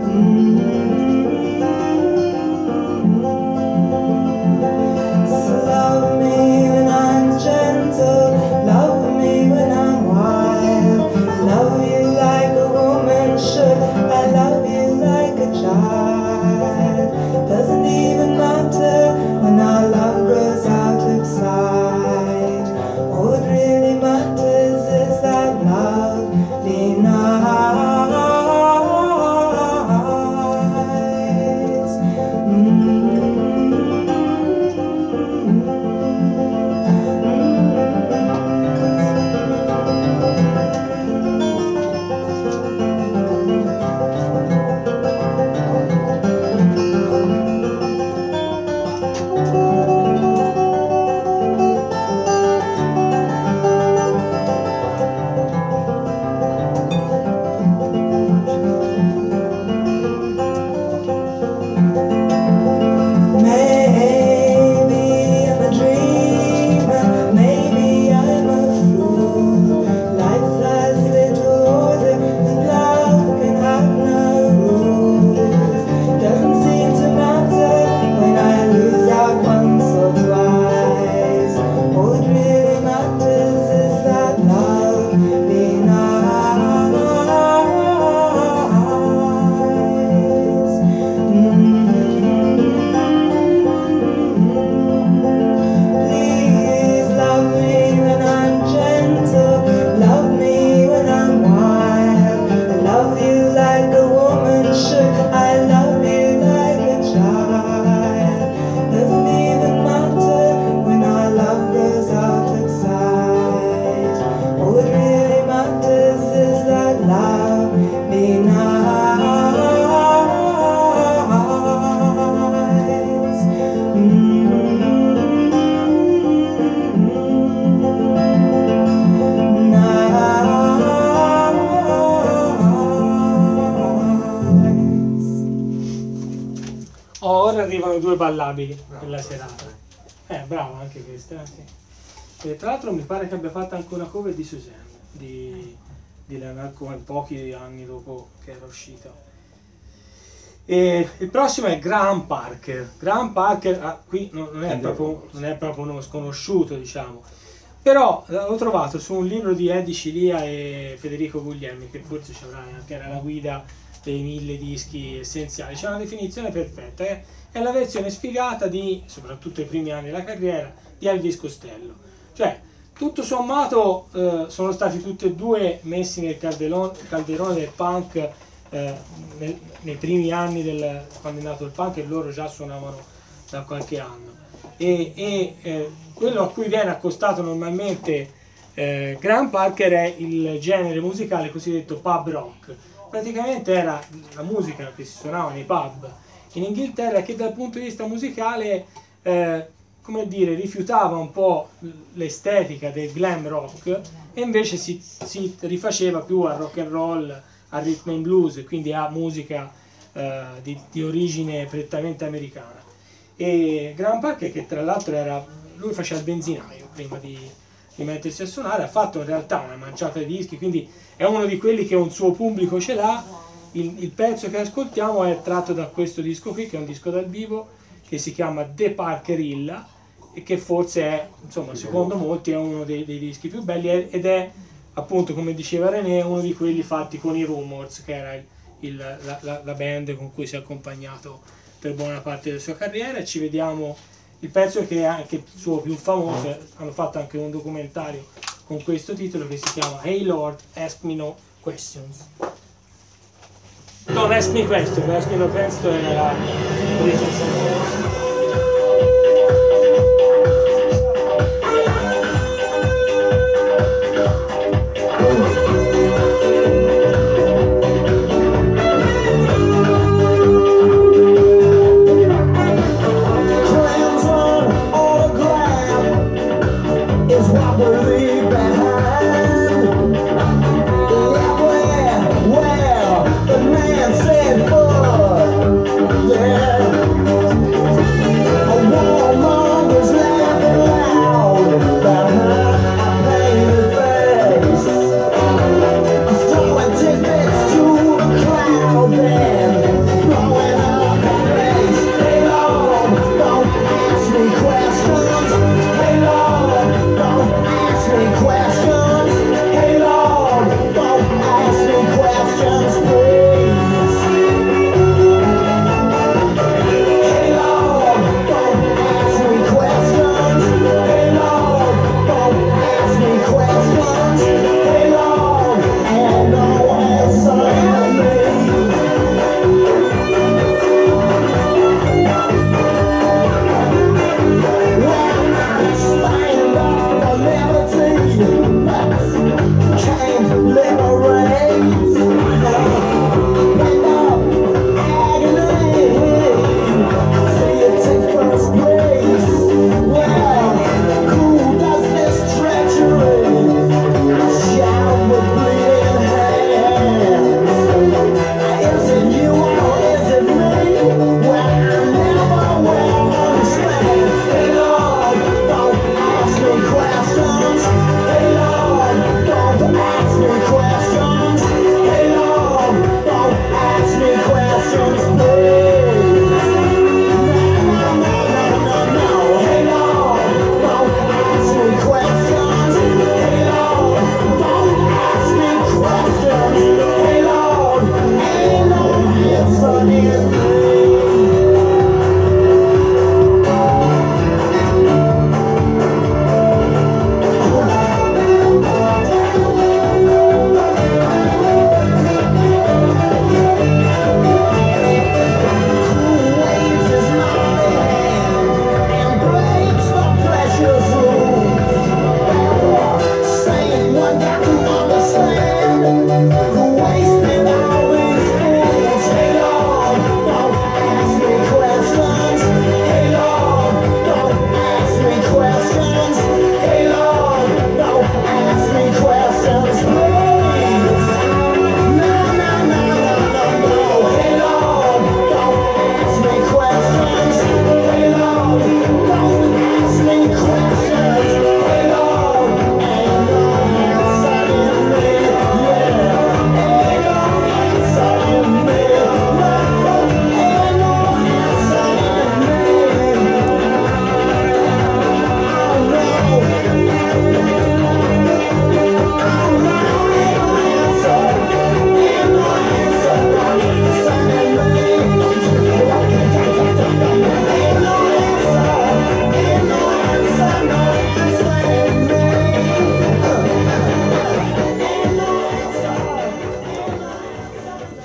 So love me when I'm gentle, love me when I'm wild. Love you like a woman should, I love you like a child. Doesn't even matter when our love goes out of sight. All that really matters is that love be nice. Ora arrivano due ballabili della serata. Bravo anche questa. Sì. E tra l'altro mi pare che abbia fatto anche una cover di Suzanne, di di Leonard Cohen pochi anni dopo che era uscita. E il prossimo è Graham Parker. Graham Parker qui non è proprio uno sconosciuto, diciamo, però l'ho trovato su un libro di Eddie Cilia e Federico Guglielmi, che forse ci avrà anche, era la guida dei 1000 dischi essenziali. C'è una definizione perfetta, è la versione sfigata di, soprattutto i primi anni della carriera, di Elvis Costello. Cioè, tutto sommato sono stati tutti e due messi nel calderone del punk nei primi anni quando è nato il punk, e loro già suonavano da qualche anno. E quello a cui viene accostato normalmente Graham Parker è il genere musicale cosiddetto pub rock. Praticamente era la musica che si suonava nei pub in Inghilterra, che dal punto di vista musicale come dire, rifiutava un po' l'estetica del glam rock e invece si rifaceva più al rock and roll, al rhythm and blues, quindi a musica di origine prettamente americana. E Graham Parker, che tra l'altro lui faceva il benzinaio prima di mettersi a suonare, ha fatto in realtà una manciata di dischi, quindi è uno di quelli che un suo pubblico ce l'ha. Il pezzo che ascoltiamo è tratto da questo disco qui, che è un disco dal vivo che si chiama The Parkerilla, e che forse è, insomma, secondo molti è uno dei dischi più belli, ed è appunto, come diceva René, uno di quelli fatti con i Rumours, che era la band con cui si è accompagnato per buona parte della sua carriera. E ci vediamo il pezzo che è anche il suo più famoso. Hanno fatto anche un documentario con questo titolo che si chiama Hey Lord, Ask Me No Questions. Don't Ask Me Questions, Ask Me No Questions era la originale. Yeah.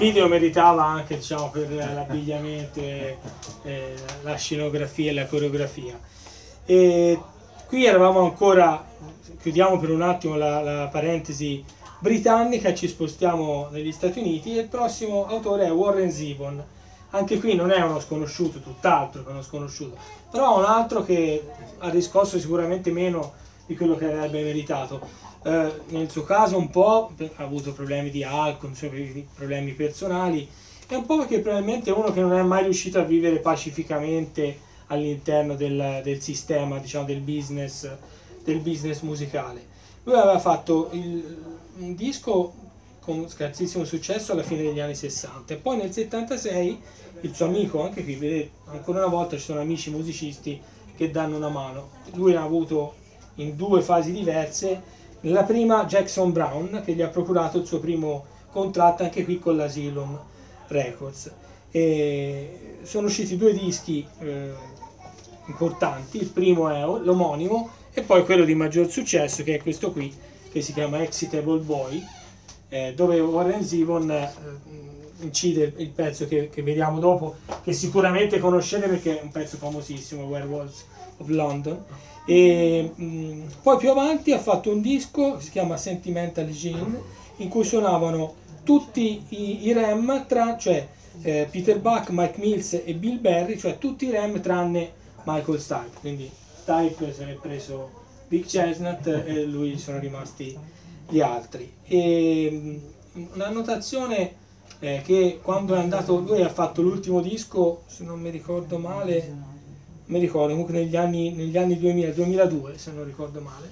video meritava anche, diciamo, per l'abbigliamento, la scenografia e la coreografia. E qui eravamo ancora, chiudiamo per un attimo la parentesi britannica e ci spostiamo negli Stati Uniti, e il prossimo autore è Warren Zevon. Anche qui non è uno sconosciuto, tutt'altro che uno sconosciuto, però un altro che ha riscosso sicuramente meno di quello che avrebbe meritato. Nel suo caso un po' ha avuto problemi di alcol, problemi personali, e un po' perché probabilmente è uno che non è mai riuscito a vivere pacificamente all'interno del sistema, diciamo, del business musicale. Lui aveva fatto un disco con scarsissimo successo alla fine degli anni 60 e poi nel 76 il suo amico, anche qui vedete ancora una volta ci sono amici musicisti che danno una mano, lui l'ha avuto in due fasi diverse. Nella prima Jackson Browne, che gli ha procurato il suo primo contratto anche qui con l'Asylum Records, e sono usciti due dischi importanti. Il primo è l'omonimo e poi quello di maggior successo, che è questo qui, che si chiama Excitable Boy, dove Warren Zevon incide il pezzo che vediamo dopo, che sicuramente conoscete perché è un pezzo famosissimo, Werewolves of London. E poi più avanti ha fatto un disco che si chiama Sentimental Gene, in cui suonavano tutti i Rem, cioè Peter Buck, Mike Mills e Bill Berry, cioè tutti i Rem tranne Michael Stipe. Quindi Stipe se l'è preso Big Chestnut e lui sono rimasti gli altri. E una notazione che quando è andato, lui ha fatto l'ultimo disco, se non mi ricordo male, mi ricordo comunque negli anni 2000, 2002 se non ricordo male,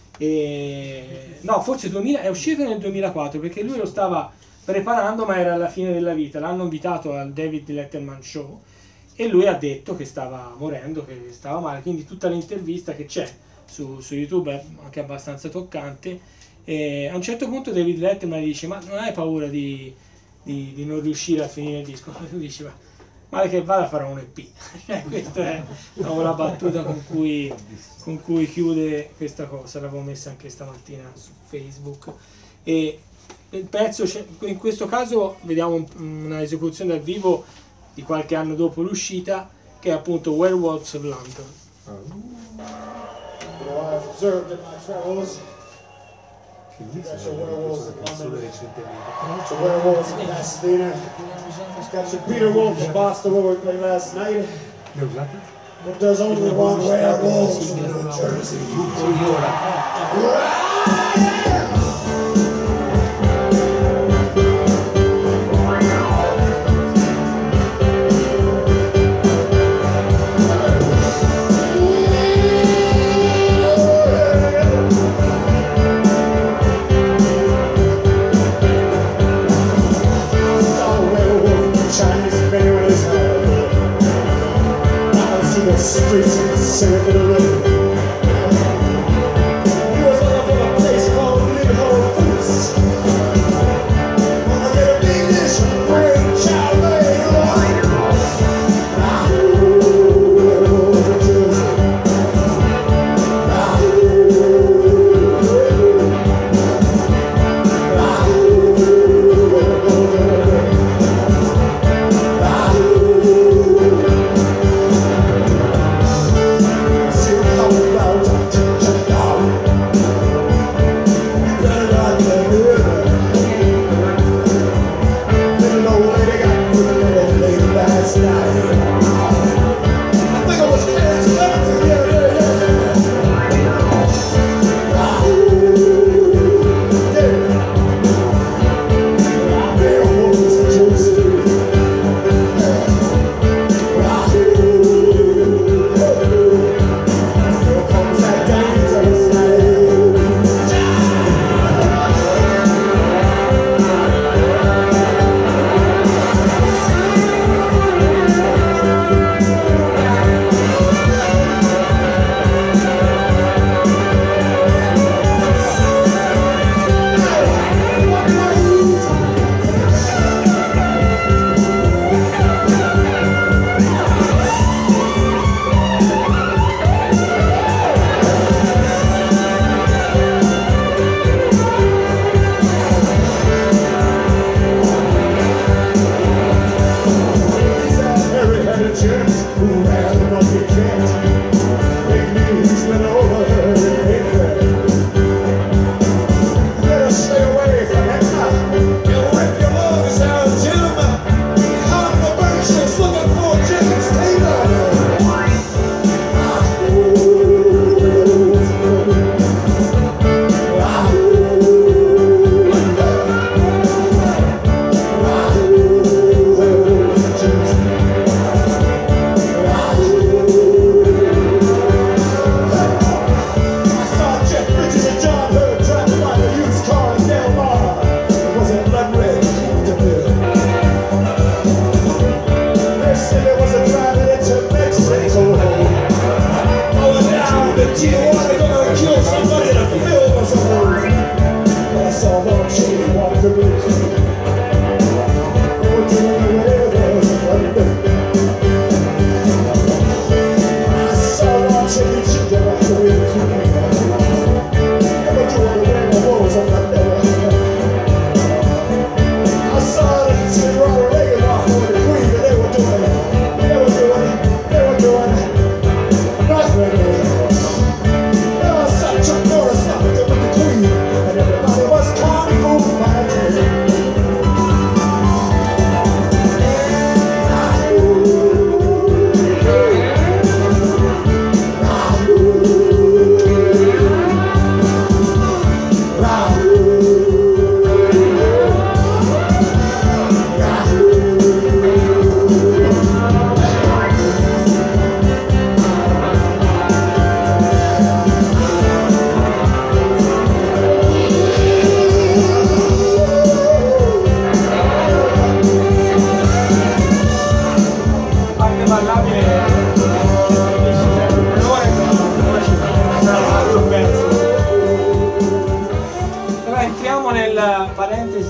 no forse 2000, è uscito nel 2004 perché lui lo stava preparando ma era alla fine della vita, l'hanno invitato al David Letterman Show e lui ha detto che stava morendo, che stava male, quindi tutta l'intervista che c'è su YouTube è anche abbastanza toccante, e a un certo punto David Letterman gli dice: ma non hai paura di non riuscire a finire il disco? E lui dice: male che vada farò un EP. Questa è la battuta con cui chiude questa cosa, l'avevo messa anche stamattina su Facebook. E il pezzo, in questo caso vediamo una esecuzione dal vivo di qualche anno dopo l'uscita, che è appunto Werewolves of London. I've observed in my travels that your werewolves of London, the werewolves of Pasadena, got your Peter Wolf of Boston where we played last night. But there's only one werewolf from New Jersey. Streets of the city of the river. He was looking for a place called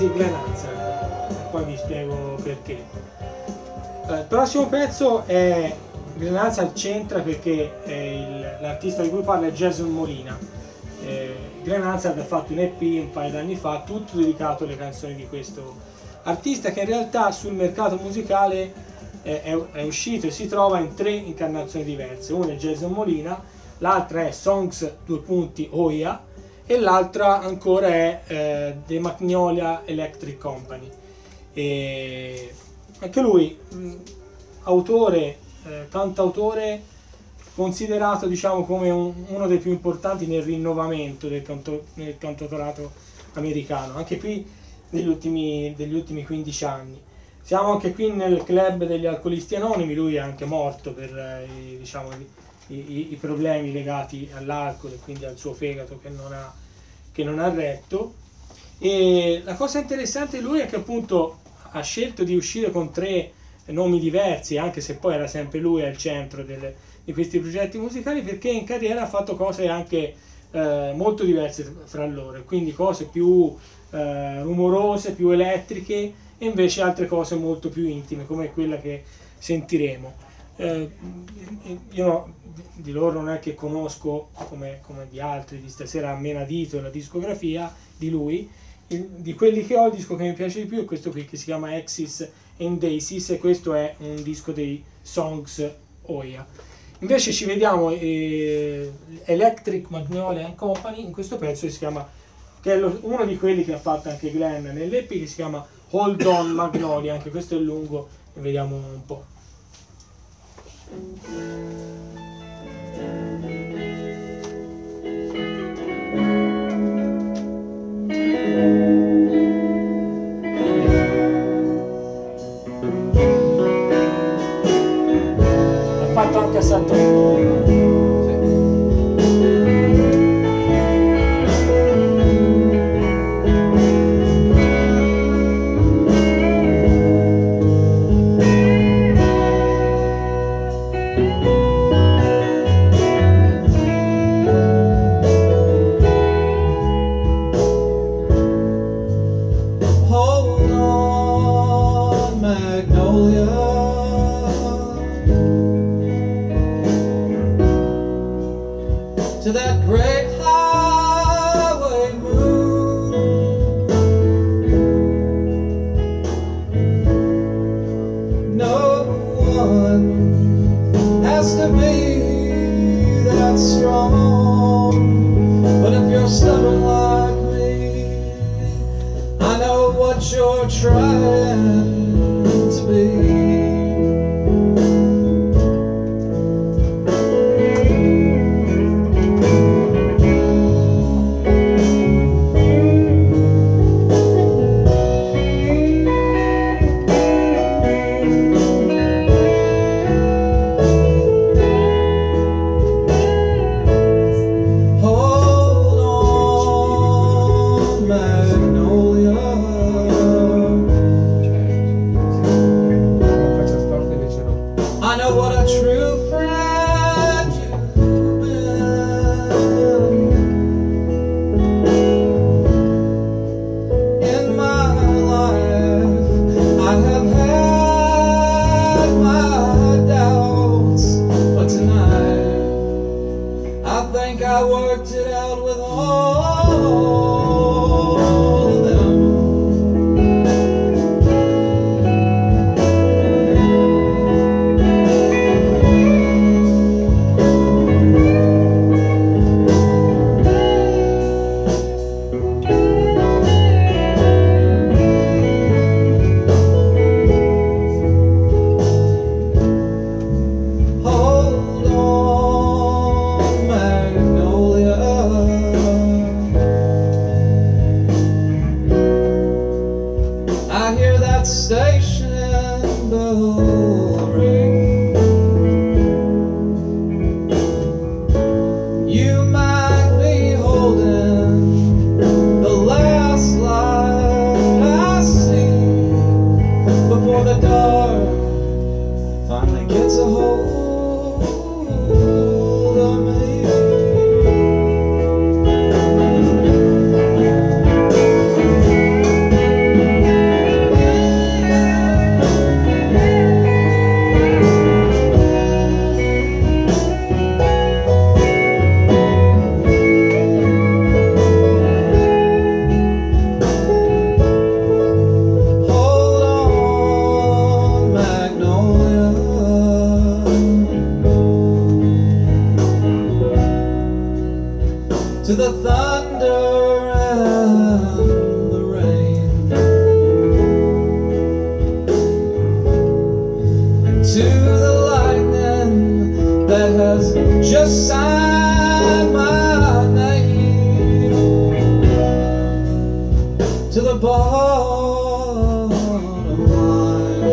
sì, Glenn Hansard, poi vi spiego perché. Il prossimo pezzo è Glenn Hansard, c'entra perché l'artista di cui parla è Jason Molina. Glenn Hansard ha fatto un EP un paio d'anni fa, tutto dedicato alle canzoni di questo artista, che in realtà sul mercato musicale è uscito e si trova in 3 incarnazioni diverse. Una è Jason Molina, l'altra è Songs Oya e l'altra ancora è The Magnolia Electric Company. E anche lui autore, cantautore, considerato diciamo come uno dei più importanti nel rinnovamento del cantautorato americano, anche qui degli ultimi 15 anni. Siamo anche qui nel club degli alcolisti anonimi. Lui è anche morto per i problemi legati all'alcol e quindi al suo fegato che non ha retto. E la cosa interessante di lui è che appunto ha scelto di uscire con 3 nomi diversi, anche se poi era sempre lui al centro di questi progetti musicali, perché in carriera ha fatto cose anche molto diverse fra loro, quindi cose più rumorose, più elettriche, e invece altre cose molto più intime come quella che sentiremo. Io di loro non è che conosco come di altri di stasera a menadito la discografia di lui. Di quelli che ho, il disco che mi piace di più è questo qui, che si chiama Axis and Daisies, e questo è un disco dei Songs Oya. Invece ci vediamo Electric Magnolia Company in questo pezzo che si chiama, che è uno di quelli che ha fatto anche Glenn nell'EP, che si chiama Hold On Magnolia. Anche questo è lungo e vediamo un po'. Ha fatto anche a Santo. To that great highway moon, no one has to be that strong, but if you're stubborn like me, I know what you're trying to be. to the thunder and the rain, and to the lightning that has just signed my name, to the bottom line.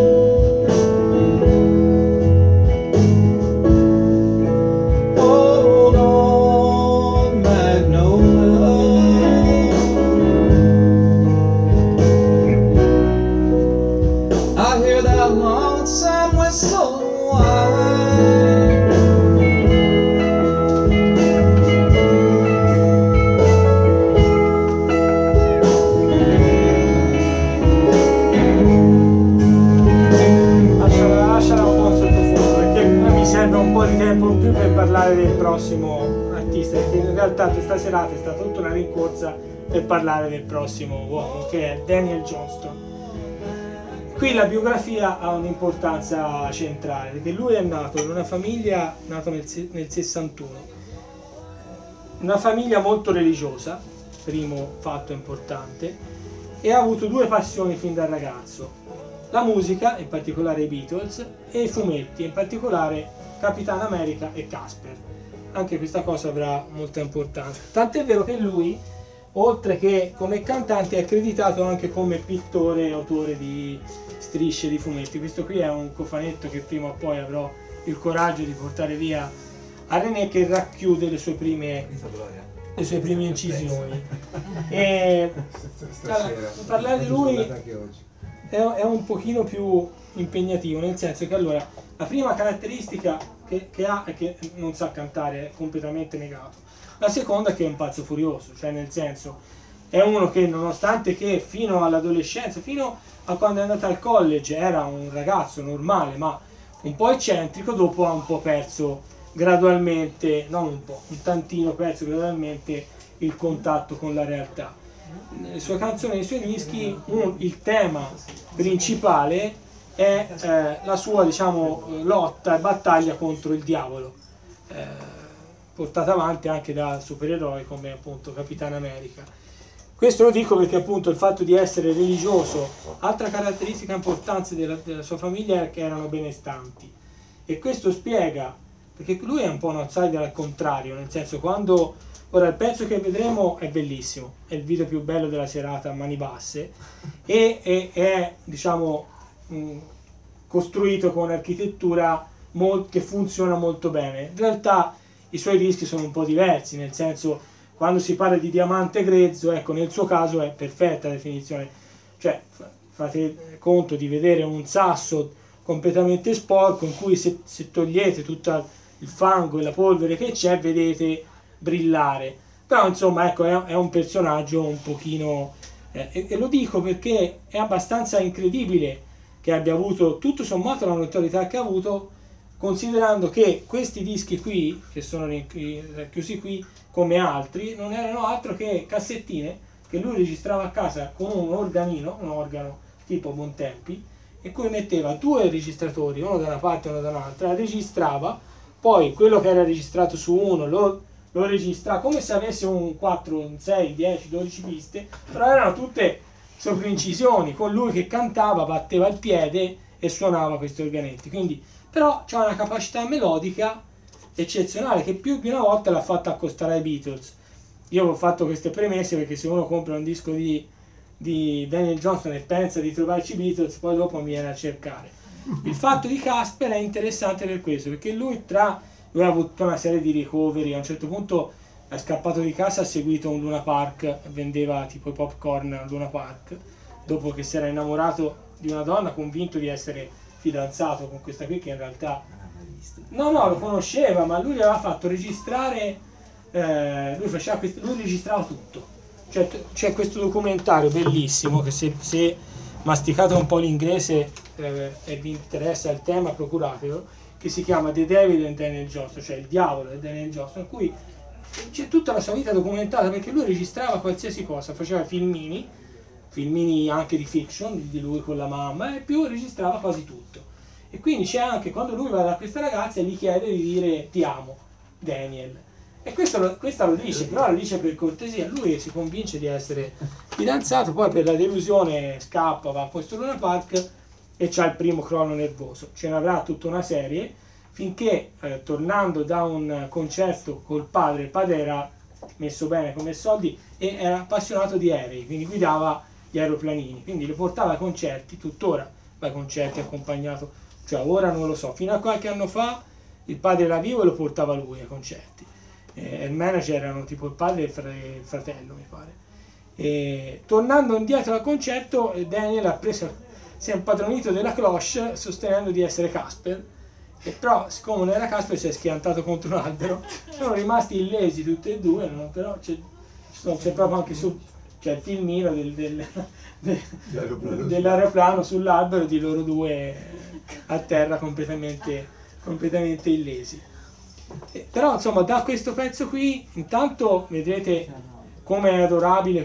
Hold on, Magnolia, I hear that lonesome whistle whine. Lasciala un po' in sottofondo, perché mi serve un po' di tempo in più per parlare del prossimo artista, perché in realtà questa serata è stata tutta una rincorsa per parlare del prossimo uomo, che è Daniel Johnston. Qui la biografia ha un'importanza centrale, perché lui è nato in una famiglia, nato nel 61, una famiglia molto religiosa, primo fatto importante, e ha avuto due passioni fin da ragazzo: la musica, in particolare i Beatles, e i fumetti, in particolare Capitan America e Casper. Anche questa cosa avrà molta importanza. Tant'è vero che lui, oltre che come cantante, è accreditato anche come pittore e autore di strisce di fumetti. Questo qui è un cofanetto che prima o poi avrò il coraggio di portare via a René, che racchiude le sue prime incisioni. E parlare di lui è un pochino più impegnativo, nel senso che allora la prima caratteristica che ha è che non sa cantare, è completamente negato. La seconda è che è un pazzo furioso, cioè nel senso è uno che, nonostante che fino all'adolescenza, fino a quando è andato al college era un ragazzo normale ma un po' eccentrico, dopo ha un po' perso gradualmente, non un po', un tantino perso gradualmente il contatto con la realtà. Le sue canzoni, nei suoi dischi, il tema principale è la sua, diciamo, lotta e battaglia contro il diavolo, portata avanti anche da supereroi come appunto Capitan America. Questo lo dico perché appunto il fatto di essere religioso, altra caratteristica importante della sua famiglia è che erano benestanti, e questo spiega, perché lui è un po' un outsider al contrario, nel senso, quando ora il pezzo che vedremo è bellissimo, è il video più bello della serata a mani basse, e è diciamo costruito con un'architettura che funziona molto bene. In realtà i suoi dischi sono un po' diversi, nel senso, quando si parla di diamante grezzo, ecco, nel suo caso è perfetta la definizione, cioè fate conto di vedere un sasso completamente sporco in cui se togliete tutto il fango e la polvere che c'è vedete brillare. Però insomma, ecco, è un personaggio un pochino e lo dico perché è abbastanza incredibile che abbia avuto tutto sommato la notorietà che ha avuto, considerando che questi dischi qui, che sono chiusi qui come altri, non erano altro che cassettine che lui registrava a casa con un organino, un organo tipo Bontempi, in cui metteva due registratori, uno da una parte e uno da un'altra, registrava, poi quello che era registrato su uno lo registrava come se avesse un 4, un 6, 10, 12 piste, però erano tutte soprincisioni, con lui che cantava, batteva il piede e suonava questi organetti. Quindi, però c'ha una capacità melodica eccezionale che più di una volta l'ha fatta accostare ai Beatles. Io ho fatto queste premesse perché se uno compra un disco di Daniel Johnston e pensa di trovarci i Beatles, poi dopo mi viene a cercare. Il fatto di Casper è interessante per questo, perché lui ha avuto una serie di ricoveri, a un certo punto è scappato di casa, ha seguito un Luna Park, vendeva tipo i popcorn al Luna Park, dopo che si era innamorato di una donna, convinto di essere fidanzato con questa qui, che in realtà no, lo conosceva, ma lui gli aveva fatto registrare, lui registrava tutto. Cioè, c'è questo documentario bellissimo che se masticate un po' l'inglese e vi interessa il tema, procuratelo, che si chiama The Devil and Daniel Johnston, cioè il diavolo e Daniel Johnston, in cui c'è tutta la sua vita documentata, perché lui registrava qualsiasi cosa, faceva filmini anche di fiction di lui con la mamma, e più registrava quasi tutto. E quindi c'è anche, quando lui va da questa ragazza e gli chiede di dire ti amo Daniel, E questa lo dice, però lo dice per cortesia. Lui si convince di essere fidanzato, poi per la delusione scappa, va a questo Luna Park e c'ha il primo crollo nervoso. Ce n'avrà tutta una serie finché tornando da un concerto col padre, il padre era messo bene come soldi e era appassionato di aerei, quindi guidava gli aeroplanini, quindi li portava ai concerti, tuttora va ai concerti accompagnato, cioè ora non lo so, fino a qualche anno fa il padre era vivo e lo portava lui ai concerti, il manager erano tipo il padre e il fratello mi pare. E tornando indietro al concerto Daniel si è impadronito della cloche sostenendo di essere Casper, e però siccome non era Casper si è schiantato contro un albero, sono rimasti illesi tutti e due, no? Però c'è proprio anche c'è il filmino dell'aeroplano sull'albero di loro due a terra completamente illesi. Però insomma da questo pezzo qui intanto vedrete come è adorabile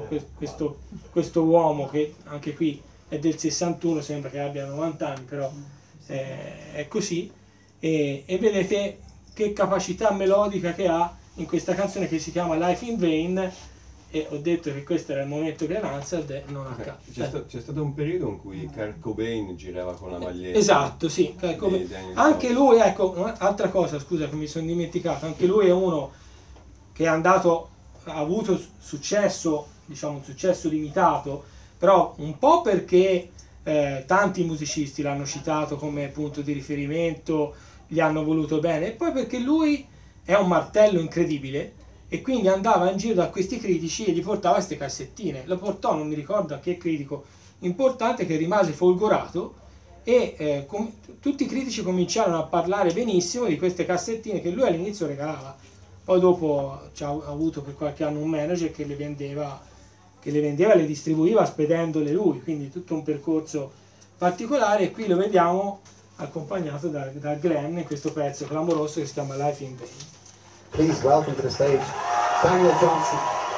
questo uomo, che anche qui è del 61, sembra che abbia 90 anni, però è così, e vedete che capacità melodica che ha in questa canzone che si chiama Life in Vain, e ho detto che questo era il momento Glenn Hansard, non a caso. C'è stato un periodo in cui Kurt Cobain girava con la maglietta. Esatto, sì. Anche lui, ecco, un'altra cosa, scusa che mi sono dimenticato, anche lui è uno che ha avuto successo, diciamo un successo limitato, però un po' perché tanti musicisti l'hanno citato come punto di riferimento, gli hanno voluto bene, e poi perché lui è un martello incredibile e quindi andava in giro da questi critici e gli portava queste cassettine. Lo portò, non mi ricordo a che critico importante, che rimase folgorato, e tutti i critici cominciarono a parlare benissimo di queste cassettine che lui all'inizio regalava, poi dopo ha avuto per qualche anno un manager che le vendeva, le distribuiva spedendole lui, quindi tutto un percorso particolare, e qui lo vediamo accompagnato da Glenn in questo pezzo clamoroso che si chiama Life in Vain. Please welcome to the stage Daniel Johnston.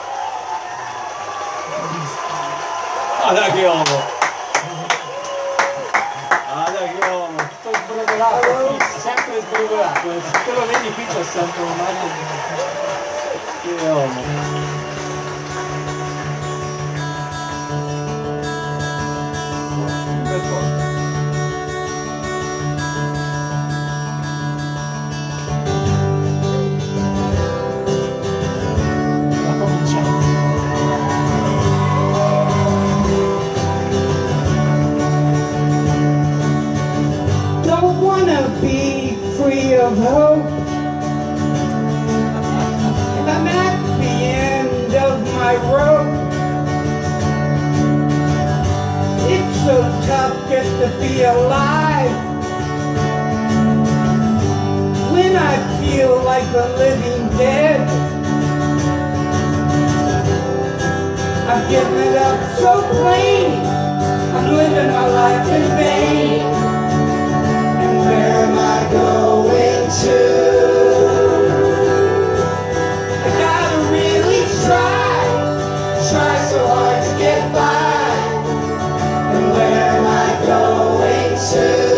Guarda che uomo! Guarda che uomo! Sto sbrodolato, sempre sbrodolato, se te lo vedi qui c'è sempre un mano. Che uomo! Be free of hope, and I'm at the end of my rope. It's so tough just to be alive when I feel like the living dead. I've given it up so plain, I'm living my life in vain. Where am I going to? I gotta really try so hard to get by. And where am I going to?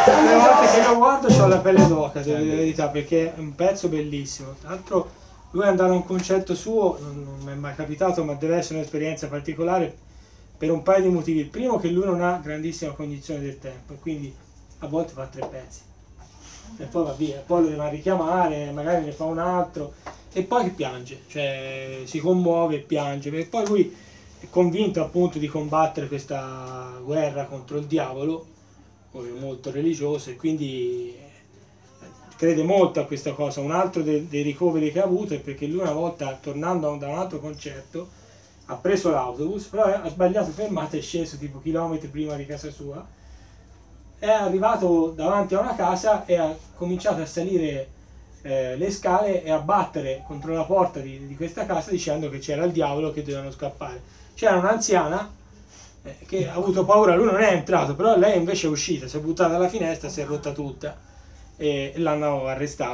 Le volte che lo guardo c'ho la pelle d'oca, devo dire la verità, perché è un pezzo bellissimo. Tra l'altro lui andare a un concerto suo non mi è mai capitato, ma deve essere un'esperienza particolare per un paio di motivi. Il primo, che lui non ha grandissima cognizione del tempo e quindi a volte fa 3 pezzi e poi va via, poi lo deve richiamare, magari ne fa un altro e poi che piange, cioè si commuove e piange, perché poi lui è convinto appunto di combattere questa guerra contro il diavolo, molto religioso, e quindi crede molto a questa cosa. Un altro dei ricoveri che ha avuto è perché lui una volta, tornando da un altro concerto, ha preso l'autobus, però ha sbagliato fermata, è sceso tipo chilometri prima di casa sua, è arrivato davanti a una casa e ha cominciato a salire le scale e a battere contro la porta di questa casa dicendo che c'era il diavolo, che dovevano scappare. C'era un'anziana che ha avuto paura, lui non è entrato, però lei invece è uscita, si è buttata dalla finestra, si è rotta tutta e l'hanno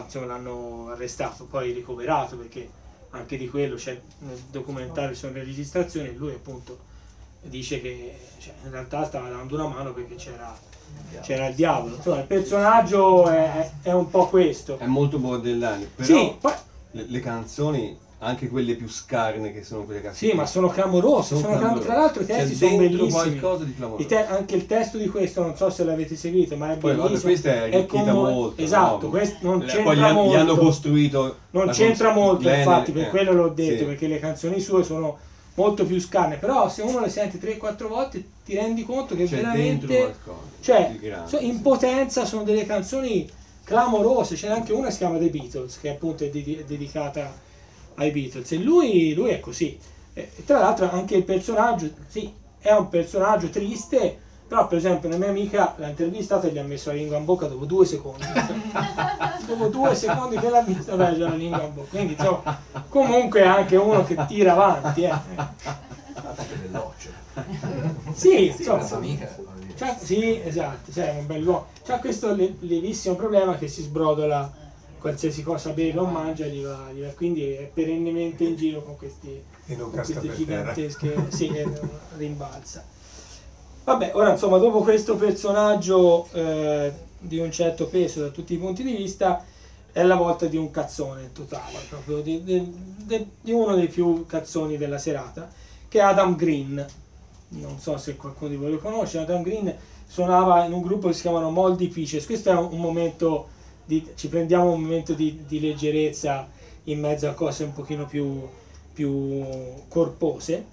arrestato, poi ricoverato, perché anche di quello c'è nel documentario, sono le registrazioni, e lui appunto dice che in realtà stava dando una mano perché c'era il diavolo. Insomma, il personaggio è un po' questo. È molto borderline, però sì, poi, le canzoni, anche quelle più scarne, che sono quelle canzoni. Sì, ma sono clamorose, tra l'altro i testi sono bellissimi. Qualcosa di clamoroso. Anche il testo di questo, non so se l'avete seguito, ma è bellissimo. Poi questa è arricchita molto. Esatto, no? questo non c'entra poi molto. Gli hanno costruito. Non c'entra molto, Lennon, infatti, per quello l'ho detto, sì. perché le canzoni sue sono molto più scarne, però se uno le sente 3-4 volte ti rendi conto che c'è veramente, cioè, in potenza sono delle canzoni clamorose. C'è anche una che si chiama The Beatles, che appunto è dedicata ai Beatles, e lui è così. Tra l'altro anche il personaggio, sì, è un personaggio triste, però per esempio una mia amica l'ha intervistato e gli ha messo la lingua in bocca dopo 2 secondi. Dopo 2 secondi che l'ha vista, beh, già la lingua in bocca. Quindi insomma, comunque è anche uno che tira avanti. Anche dell'occhio. Sì, Sì, insomma, la amica. sì, esatto, è un bell'uomo. C'ha questo lievissimo problema che si sbrodola qualsiasi cosa beve o mangia, gli va, quindi è perennemente in giro con queste gigantesche rimbalza. Vabbè, ora insomma, dopo questo personaggio di un certo peso da tutti i punti di vista, è la volta di un cazzone totale, proprio di uno dei più cazzoni della serata, che è Adam Green. Non so se qualcuno di voi lo conosce. Adam Green suonava in un gruppo che si chiamano Moldy Peaches. Questo è un momento ci prendiamo un momento di leggerezza in mezzo a cose un pochino più corpose.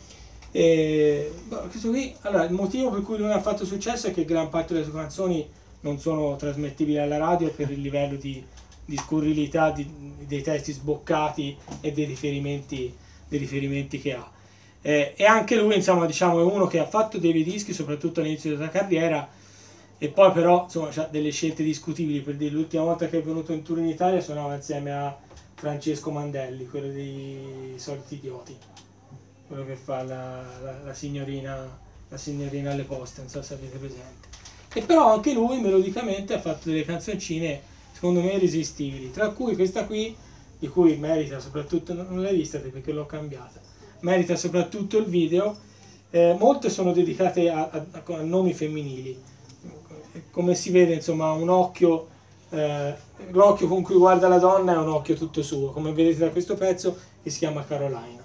Questo qui, allora, il motivo per cui lui non ha fatto successo è che gran parte delle sue canzoni non sono trasmettibili alla radio per il livello di scurrilità dei testi sboccati e dei riferimenti che ha. E anche lui, insomma, diciamo, è uno che ha fatto dei dischi soprattutto all'inizio della carriera, e poi però insomma c'ha delle scelte discutibili. Per dire, l'ultima volta che è venuto in tour in Italia suonava insieme a Francesco Mandelli, quello dei Soliti Idioti, quello che fa la signorina alle poste, non so se avete presente. E però anche lui melodicamente ha fatto delle canzoncine secondo me irresistibili, tra cui questa qui, di cui merita soprattutto, non l'hai vista perché l'ho cambiata, merita soprattutto il video. Molte sono dedicate a nomi femminili. Come si vede, insomma, un occhio, l'occhio con cui guarda la donna è un occhio tutto suo, come vedete da questo pezzo che si chiama Carolina.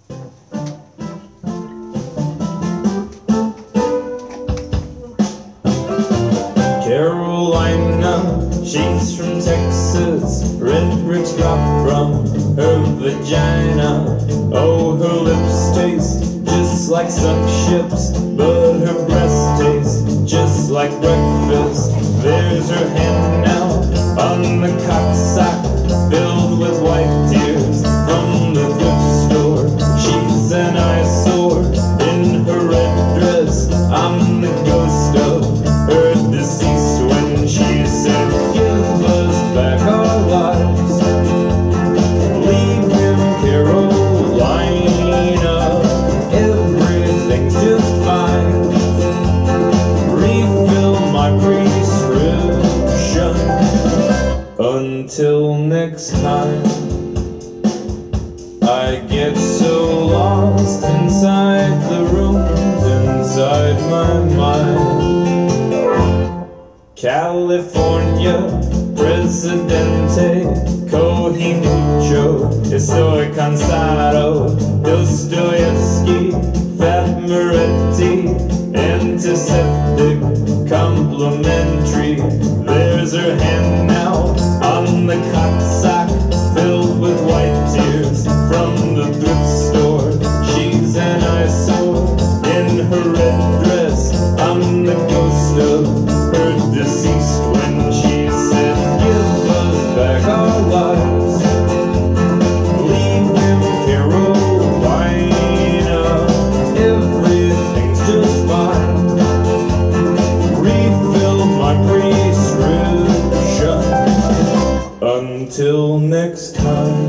Carolina, she's from Texas, red bricks drop from her vagina. Oh, her lips taste just like suck-ships, but her breast tastes just like breakfast. There's her hand now on the cocksock filled with white tears from the thrift store. She's an eyesore in her red dress. I'm the ghost of her deceased when she said, give us back our lives, leave him Carolina, everything's just fine, refill my prescription, until next time. I get so lost inside the rooms inside my mind. California Presidente, coge mucho, estoy cansado. Dostoevsky, Fat Moretti, antiseptic, complimentary. There's her hand now on the cocksack, filled with white tears from the thrift store. She's an eyesore in her red dress. I'm the ghost of her deceased when she said, give us back our lives, leave them Carolina, everything's just fine, refill my prescription, until next time.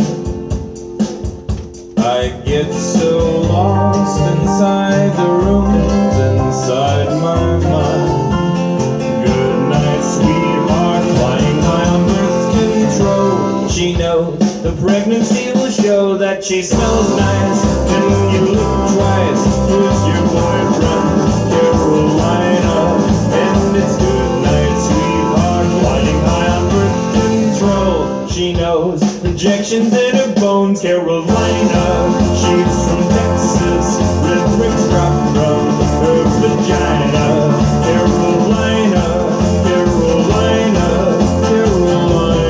I get so lost inside the rooms, inside my mind. Good night, sweetheart, flying high on birth control. She knows the pregnancy will show that she smells nice. Then you look twice, who's your boyfriend? Carolina. And it's good night, sweetheart, flying high on birth control. She knows injections in her bones, Carolina. She's from Texas, red bricks drop from her vagina. Carolina, Carolina, Carolina.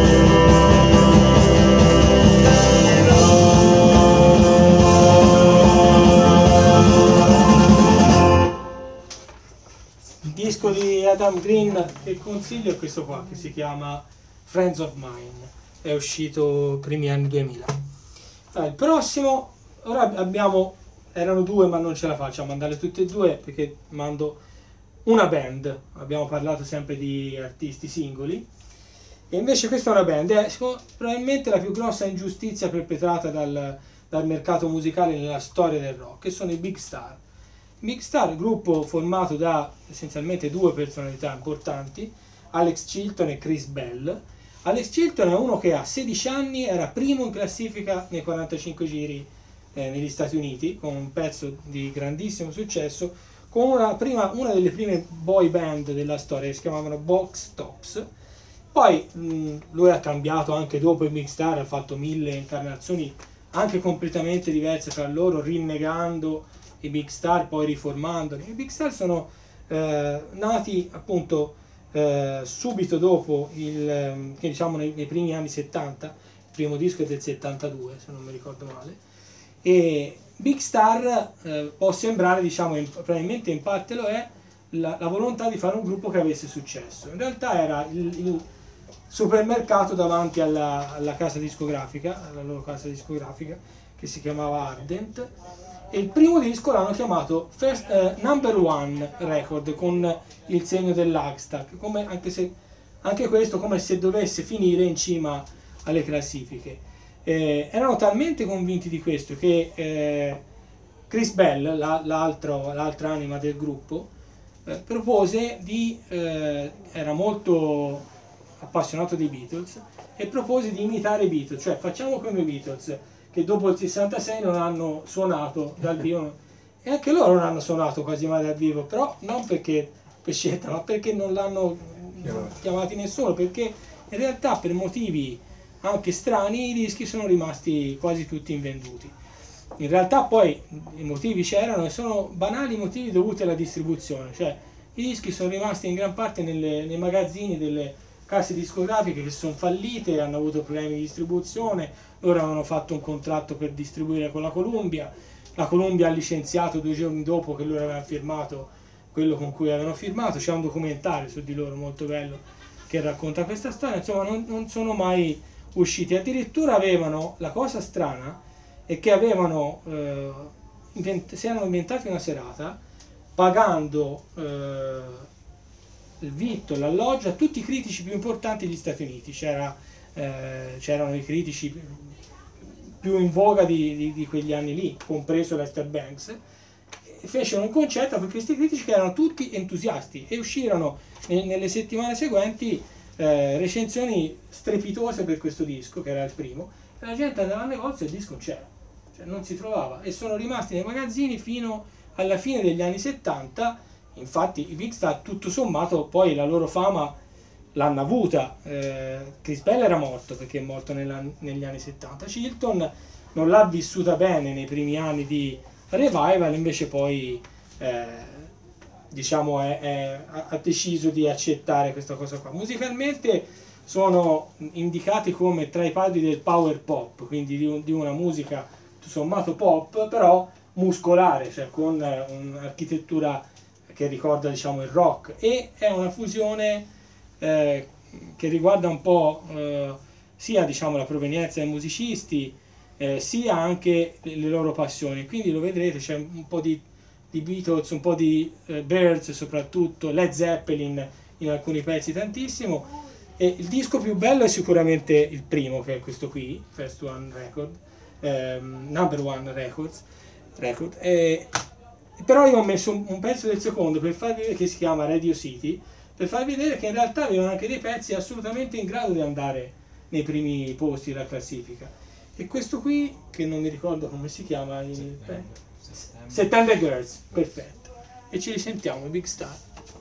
Il disco di Adam Green che consiglio è questo qua, che si chiama Friends of Mine, è uscito primi anni 2000. Allora, il prossimo, ora abbiamo, erano due ma non ce la faccio a mandarle tutte e due perché mando una band, abbiamo parlato sempre di artisti singoli, e invece questa è una band, è probabilmente la più grossa ingiustizia perpetrata dal mercato musicale nella storia del rock, che sono i Big Star. Big Star, gruppo formato da essenzialmente due personalità importanti, Alex Chilton e Chris Bell. Alex Chilton è uno che a 16 anni era primo in classifica nei 45 giri negli Stati Uniti, con un pezzo di grandissimo successo, con una delle prime boy band della storia, che si chiamavano Box Tops. Poi lui ha cambiato anche dopo i Big Star, ha fatto 1000 incarnazioni anche completamente diverse tra loro, rinnegando i Big Star, poi riformandoli. I Big Star sono nati appunto subito dopo diciamo nei primi anni 70, il primo disco è del 72 se non mi ricordo male, e Big Star può sembrare, diciamo, probabilmente in parte lo è, la volontà di fare un gruppo che avesse successo. In realtà era il supermercato davanti alla casa discografica, alla loro casa discografica, che si chiamava Ardent, e il primo disco l'hanno chiamato Number One Record, con il segno dell'Hagstack, anche questo come se dovesse finire in cima alle classifiche. Erano talmente convinti di questo che Chris Bell, l'altra anima del gruppo, propose era molto appassionato dei Beatles, e propose di imitare i Beatles, cioè facciamo come i Beatles, che dopo il 66 non hanno suonato dal vivo, e anche loro non hanno suonato quasi mai dal vivo, però non perché per scelta, ma perché non l'hanno chiamati nessuno, perché in realtà per motivi anche strani i dischi sono rimasti quasi tutti invenduti. In realtà poi i motivi c'erano, e sono banali motivi dovuti alla distribuzione, cioè i dischi sono rimasti in gran parte nei magazzini delle case discografiche che sono fallite, hanno avuto problemi di distribuzione. Loro avevano fatto un contratto per distribuire con la Columbia ha licenziato 2 giorni dopo che loro avevano firmato quello con cui avevano firmato. C'è un documentario su di loro molto bello che racconta questa storia. Insomma, non sono mai usciti. Addirittura avevano, la cosa strana è che avevano si erano inventati una serata pagando il vitto, l'alloggio a tutti i critici più importanti degli Stati Uniti. C'erano i critici più in voga di quegli anni lì, compreso Lester Banks, e fecero un concerto per questi critici che erano tutti entusiasti, e uscirono nelle settimane seguenti recensioni strepitose per questo disco, che era il primo, e la gente andava al negozio e il disco c'era, cioè non si trovava, e sono rimasti nei magazzini fino alla fine degli anni 70. Infatti i Big Star, tutto sommato, poi la loro fama l'hanno avuta. Chris Bell era morto perché è morto negli anni 70. Chilton non l'ha vissuta bene nei primi anni di Revival, invece poi diciamo ha deciso di accettare questa cosa qua. Musicalmente sono indicati come tra i padri del power pop, quindi di una musica tutto sommato pop, però muscolare, cioè con un'architettura che ricorda, diciamo, il rock, e è una fusione che riguarda un po' sia, diciamo, la provenienza dei musicisti, sia anche le loro passioni. Quindi lo vedrete, c'è un po' di Beatles, un po' di Birds, soprattutto Led Zeppelin in alcuni pezzi tantissimo. E il disco più bello è sicuramente il primo, che è questo qui, First One Record, Number One Records, però io ho messo un pezzo del secondo per farvi vedere, che si chiama Radio City, per farvi vedere che in realtà avevano anche dei pezzi assolutamente in grado di andare nei primi posti della classifica. E questo qui, che non mi ricordo come si chiama, September Girls, perfetto, e ci risentiamo, Big Star.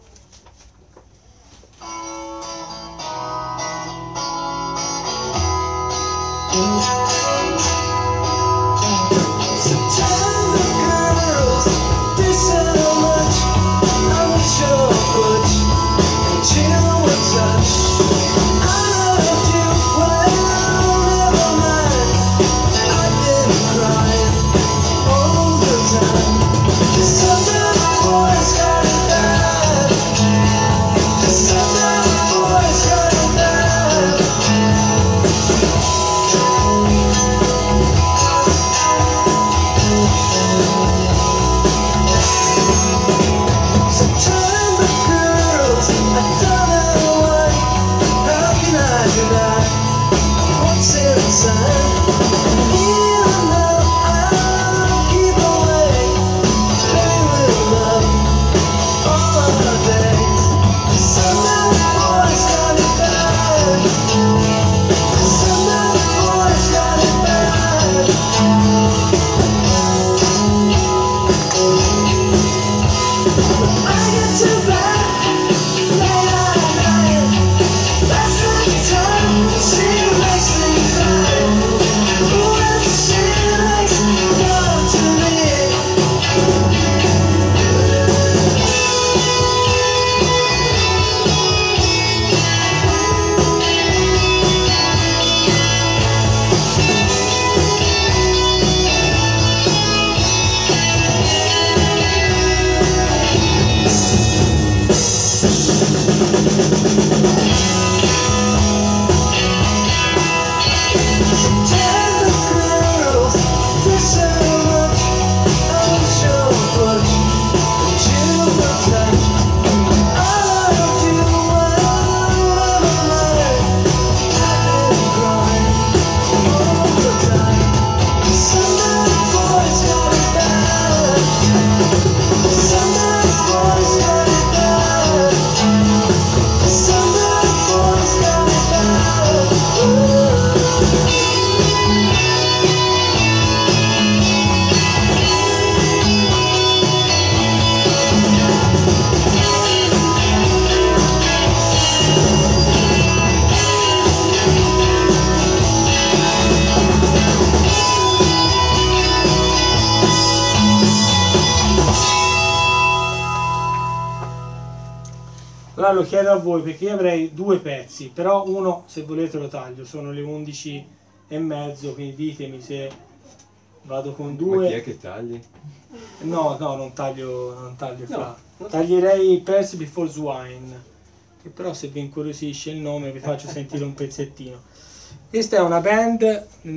Allora lo chiedo a voi perché io avrei due pezzi, però uno, se volete, lo taglio, sono le 11:30, quindi ditemi se vado con due. Ma chi è che tagli? No, non taglio Fra. Taglierei Percy Before Swine, che però, se vi incuriosisce il nome, vi faccio sentire un pezzettino. Questa è una band nel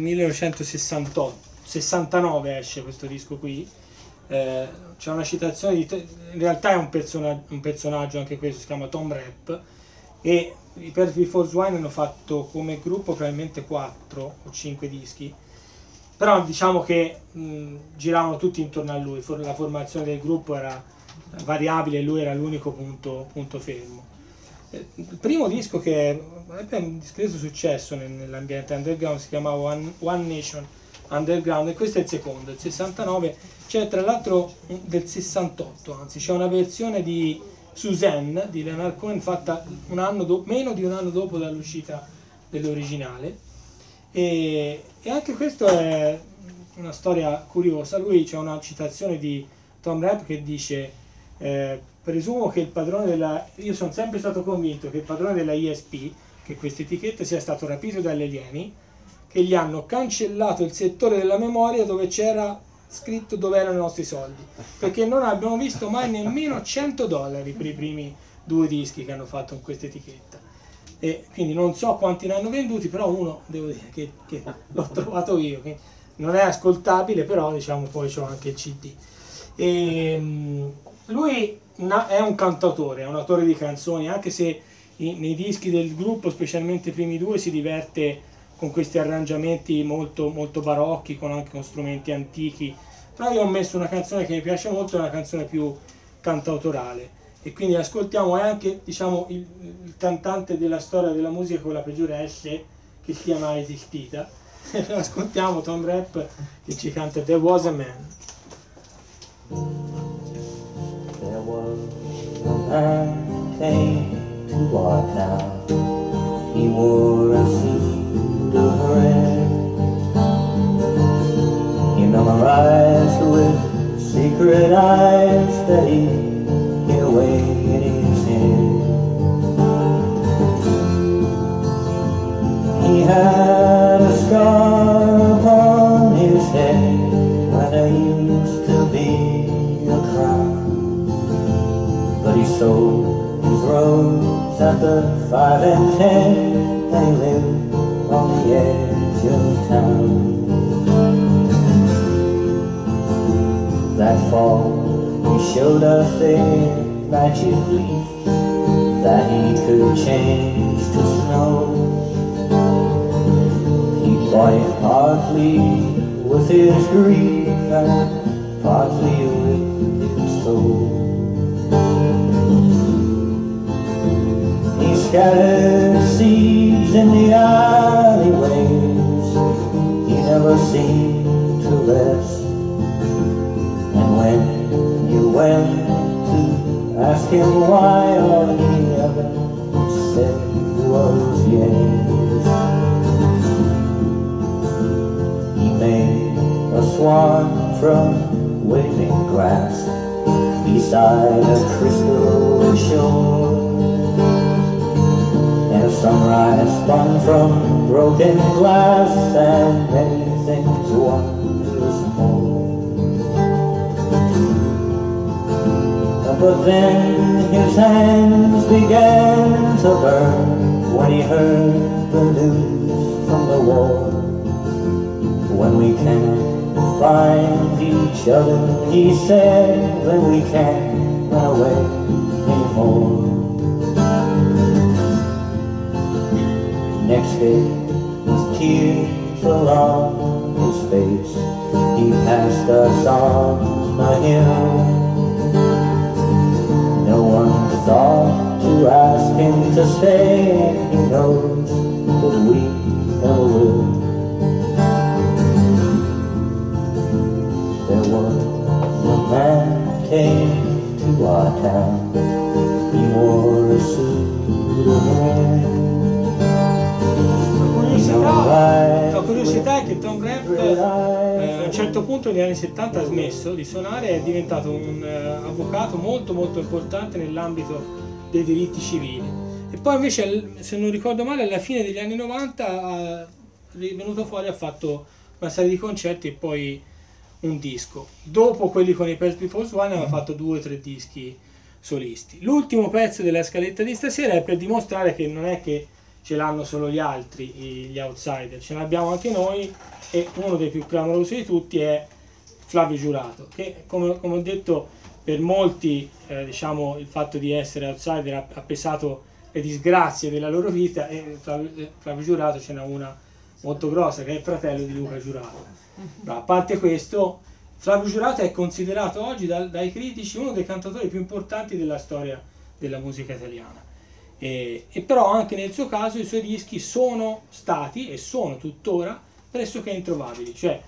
1969 esce questo disco qui. C'è una citazione in realtà è un personaggio anche questo, si chiama Tom Rapp, e i Percy Before Swine hanno fatto come gruppo probabilmente 4 o 5 dischi, però diciamo che giravano tutti intorno a lui, la formazione del gruppo era variabile e lui era l'unico punto fermo. Il primo disco, che ebbe un discreto successo nell'ambiente underground, si chiamava One Nation Underground, e questo è il secondo, il 69. C'è tra l'altro del 68, anzi c'è una versione di Suzanne di Leonard Cohen, fatta meno di un anno dopo dall'uscita dell'originale, e anche questo è una storia curiosa. Lui, c'è una citazione di Tom Rapp che dice presumo che il padrone io sono sempre stato convinto che il padrone della ISP, che questa etichetta, sia stato rapito dagli alieni che gli hanno cancellato il settore della memoria dove c'era scritto dove erano i nostri soldi, perché non abbiamo visto mai nemmeno $100 per i primi 2 dischi che hanno fatto con questa etichetta, e quindi non so quanti ne hanno venduti, però uno devo dire che l'ho trovato io, che non è ascoltabile, però diciamo poi c'ho anche il CD. Lui è un cantautore, è un autore di canzoni, anche se nei dischi del gruppo, specialmente i primi 2, si diverte con questi arrangiamenti molto, molto barocchi, anche con strumenti antichi. Però io ho messo una canzone che mi piace molto, è una canzone più cantautorale, e quindi ascoltiamo, è anche, diciamo, il cantante della storia della musica con la peggiore esce che sia mai esistita. Ascoltiamo Tom Rapp che ci canta There Was a Man. There was a man came to our town. He wore a suit of red. He memorized with secret eyes that he hid away in his head. He had a scar upon his head where there used to be a crown, but he sold his rose at the 5 and 10, and he lived on the edge of town. That fall he showed us a magic leaf that he could change to snow. He bought it partly with his grief and partly with his soul. He scattered seeds in the alleyways. He never seemed to rest. And when you went to ask him why, all he ever said was yes. He made a swan from waving grass beside a crystal shore, and a sunrise spun from broken glass, and many things wondrous more. But then his hands began to burn when he heard the news from the war. When we can't find each other, he said, then we can't run away anymore. Next day, with tears along his face, he passed us on the hill. No one thought to ask him to stay. He knows that we never will. There was a man came to our town. He wore a suit of red. La curiosità è che Tom Rapp a un certo punto negli anni 70 ha smesso di suonare e è diventato un avvocato molto molto importante nell'ambito dei diritti civili, e poi invece, se non ricordo male, alla fine degli anni 90 è venuto fuori, ha fatto una serie di concerti e poi un disco. Dopo quelli con i Pets Before Swine aveva fatto 2 o 3 dischi solisti. L'ultimo pezzo della scaletta di stasera è per dimostrare che non è che ce l'hanno solo gli altri, gli outsider, ce l'abbiamo anche noi, e uno dei più clamorosi di tutti è Flavio Giurato, che come ho detto, per molti diciamo, il fatto di essere outsider ha pesato le disgrazie della loro vita, e Flavio Giurato ce n'è una molto grossa, che è il fratello di Luca Giurato. Ma a parte questo, Flavio Giurato è considerato oggi dai critici uno dei cantautori più importanti della storia della musica italiana. E però anche nel suo caso i suoi dischi sono stati e sono tuttora pressoché introvabili, cioè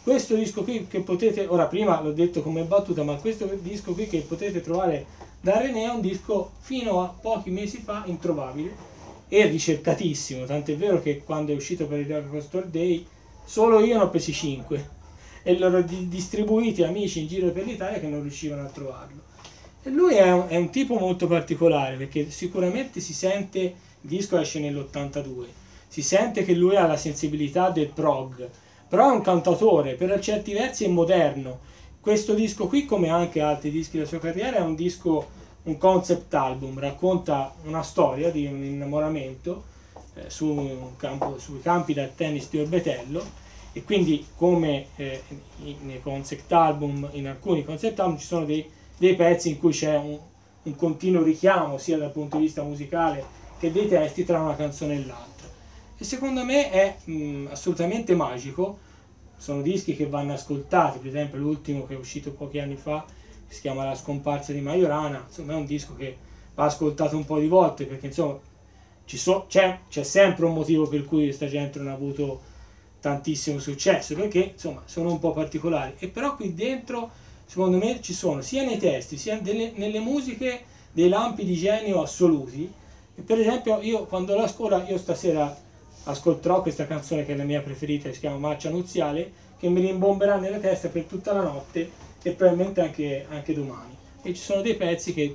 questo disco qui che potete, ora prima l'ho detto come battuta, ma questo disco qui che potete trovare da René è un disco fino a pochi mesi fa introvabile e ricercatissimo, tant'è vero che quando è uscito per il Rock Store Day solo io ne ho presi 5 e loro distribuiti amici in giro per l'Italia che non riuscivano a trovarlo. E lui è un tipo molto particolare, perché sicuramente si sente, il disco esce nell'82, si sente che lui ha la sensibilità del prog, però è un cantautore, per certi versi è moderno. Questo disco qui, come anche altri dischi della sua carriera, è un disco, un concept album, racconta una storia di un innamoramento sui campi da tennis di Orbetello, e quindi come nei concept album, in alcuni concept album ci sono dei pezzi in cui c'è un continuo richiamo sia dal punto di vista musicale che dei testi tra una canzone e l'altra. E secondo me è assolutamente magico. Sono dischi che vanno ascoltati, per esempio l'ultimo che è uscito pochi anni fa, che si chiama La scomparsa di Majorana, insomma è un disco che va ascoltato un po' di volte, perché insomma c'è sempre un motivo per cui questa gente non ha avuto tantissimo successo, perché insomma sono un po' particolari, e però qui dentro secondo me ci sono sia nei testi sia nelle musiche dei lampi di genio assoluti. E per esempio io quando io stasera ascolterò questa canzone che è la mia preferita, si chiama Marcia Nuziale, che mi rimbomberà nella testa per tutta la notte e probabilmente anche domani. E ci sono dei pezzi che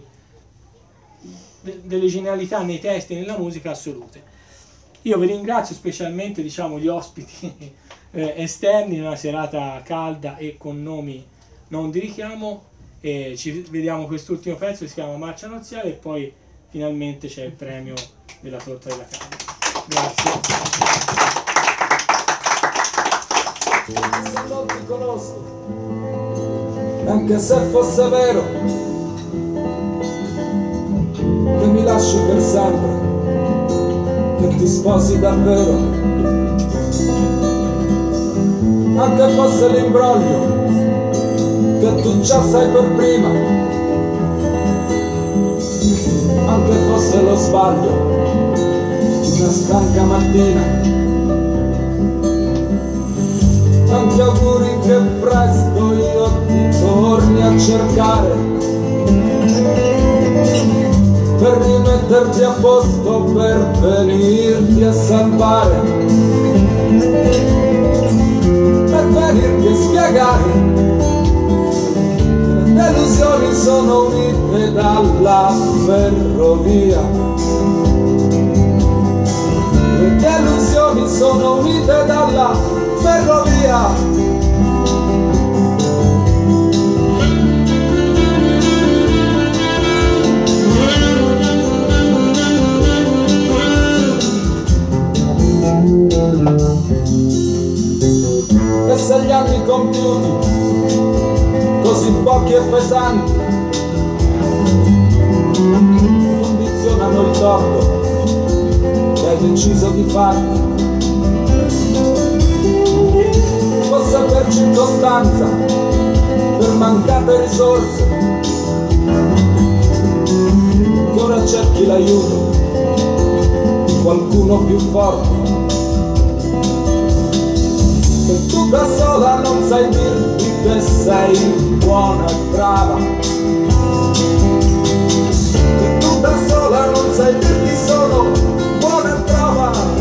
delle genialità nei testi e nella musica assolute. Io vi ringrazio specialmente, diciamo, gli ospiti esterni in una serata calda e con nomi non di richiamo, e ci vediamo quest'ultimo pezzo che si chiama Marcia Nuziale, e poi finalmente c'è il premio della torta della Camera. Grazie. Se non ti conosco, anche se fosse vero che mi lasci per sempre, che ti sposi davvero, anche fosse l'imbroglio che tu già sai per prima, anche fosse lo sbaglio una stanca mattina, tanti auguri che presto io ti torni a cercare per rimetterti a posto, per venirti a salvare, per venirti a spiegare le delusioni sono unite dalla ferrovia. Le delusioni sono unite dalla ferrovia. E se gli anni compiuti, così pochi e pesanti, condizionano il torto che hai deciso di farti, fosse per circostanza, per mancate risorse, che ora cerchi l'aiuto di qualcuno più forte, che tu da sola non sai dirti che sei buona e brava, che tu da sola non sai dirti sono buona e brava.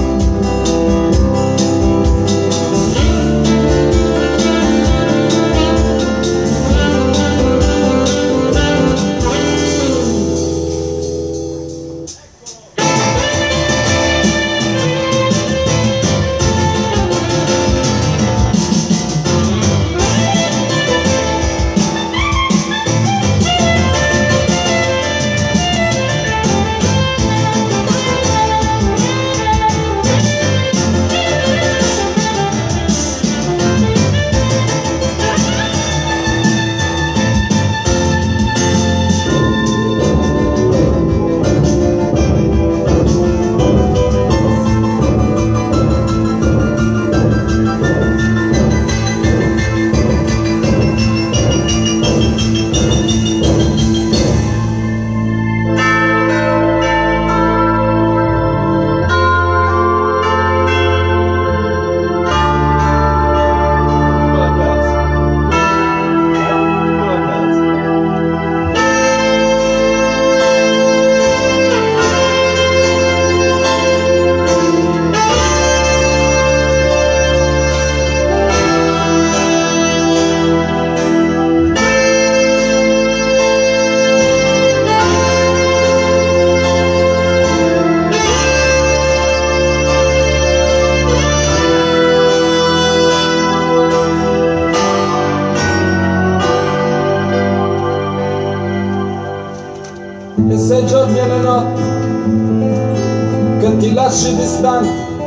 lasci distanti,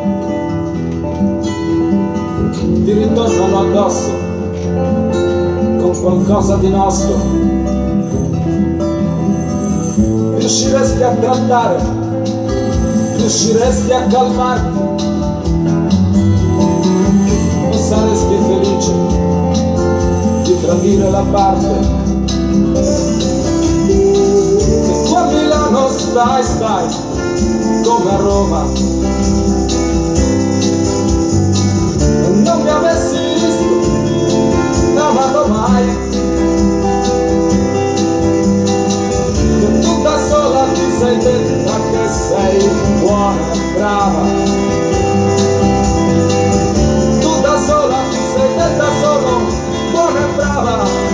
ti ritornano addosso con qualcosa di nostro. Riusciresti a trattare, riusciresti a calmarti, o saresti felice di tradire la parte. E tu a Milano stai come a Roma, e non mi avessi visto, amato mai, che tu da sola ti sei detta che sei buona e brava, tu da sola ti sei detta solo buona e brava.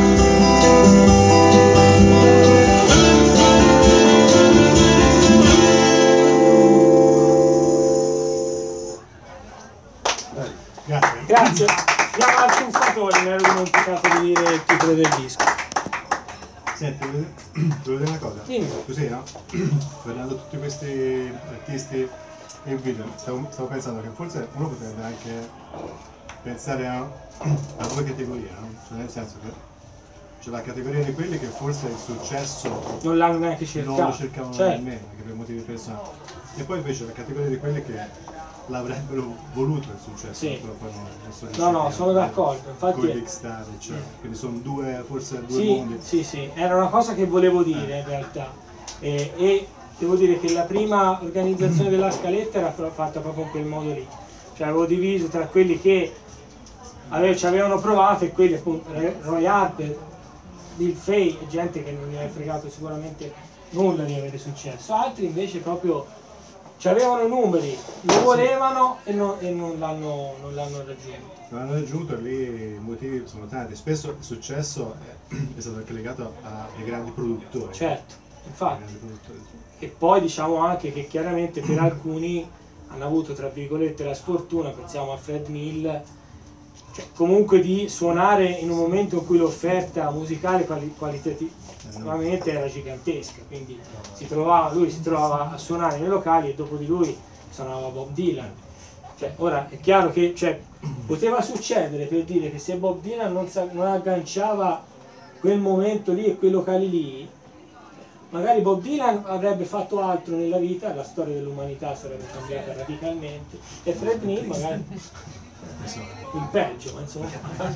Grazie. Andiamo al truffatore, mi ero dimenticato di dire il titolo del disco. Senti, volevo dire una cosa. Dimmi. Così, no? Guardando tutti questi artisti in video, stavo pensando che forse uno potrebbe anche pensare a due categorie, no? Cioè nel senso che c'è la categoria di quelli che forse il successo non l'hanno neanche cercato, non lo cercavano certo, nemmeno, anche per motivi personali. E poi invece la categoria di quelli che l'avrebbero voluto il successo, sì, però poi non sono no, no, sono d'accordo, infatti con i big star, cioè, quindi sono due, forse due sì, mondi. sì, sì, era una cosa che volevo dire in realtà, e devo dire che la prima organizzazione della scaletta era fatta proprio in quel modo lì, cioè avevo diviso tra quelli che ci avevano provato e quelli appunto Roy Harper, Bill Fay, gente che non gli aveva fregato sicuramente nulla di avere successo, altri invece proprio avevano numeri, lo volevano e non l'hanno raggiunto. Non l'hanno raggiunto e lì i motivi sono tanti. Spesso il successo è stato anche legato ai grandi produttori. Certo, infatti. E poi diciamo anche che chiaramente per alcuni hanno avuto tra virgolette la sfortuna, pensiamo a Fred Mill, cioè comunque di suonare in un momento in cui l'offerta musicale qualitativamente era gigantesca, quindi lui si trovava a suonare nei locali e dopo di lui suonava Bob Dylan. Cioè, ora è chiaro che poteva succedere, per dire, che se Bob Dylan non agganciava quel momento lì e quei locali lì, magari Bob Dylan avrebbe fatto altro nella vita, la storia dell'umanità sarebbe cambiata radicalmente e Fred Neil magari in peggio, ma insomma.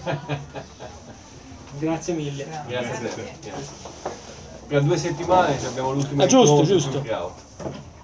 Grazie mille. Grazie a te. Tra 2 settimane abbiamo l'ultimo giusto, incontro giusto. sul Piau.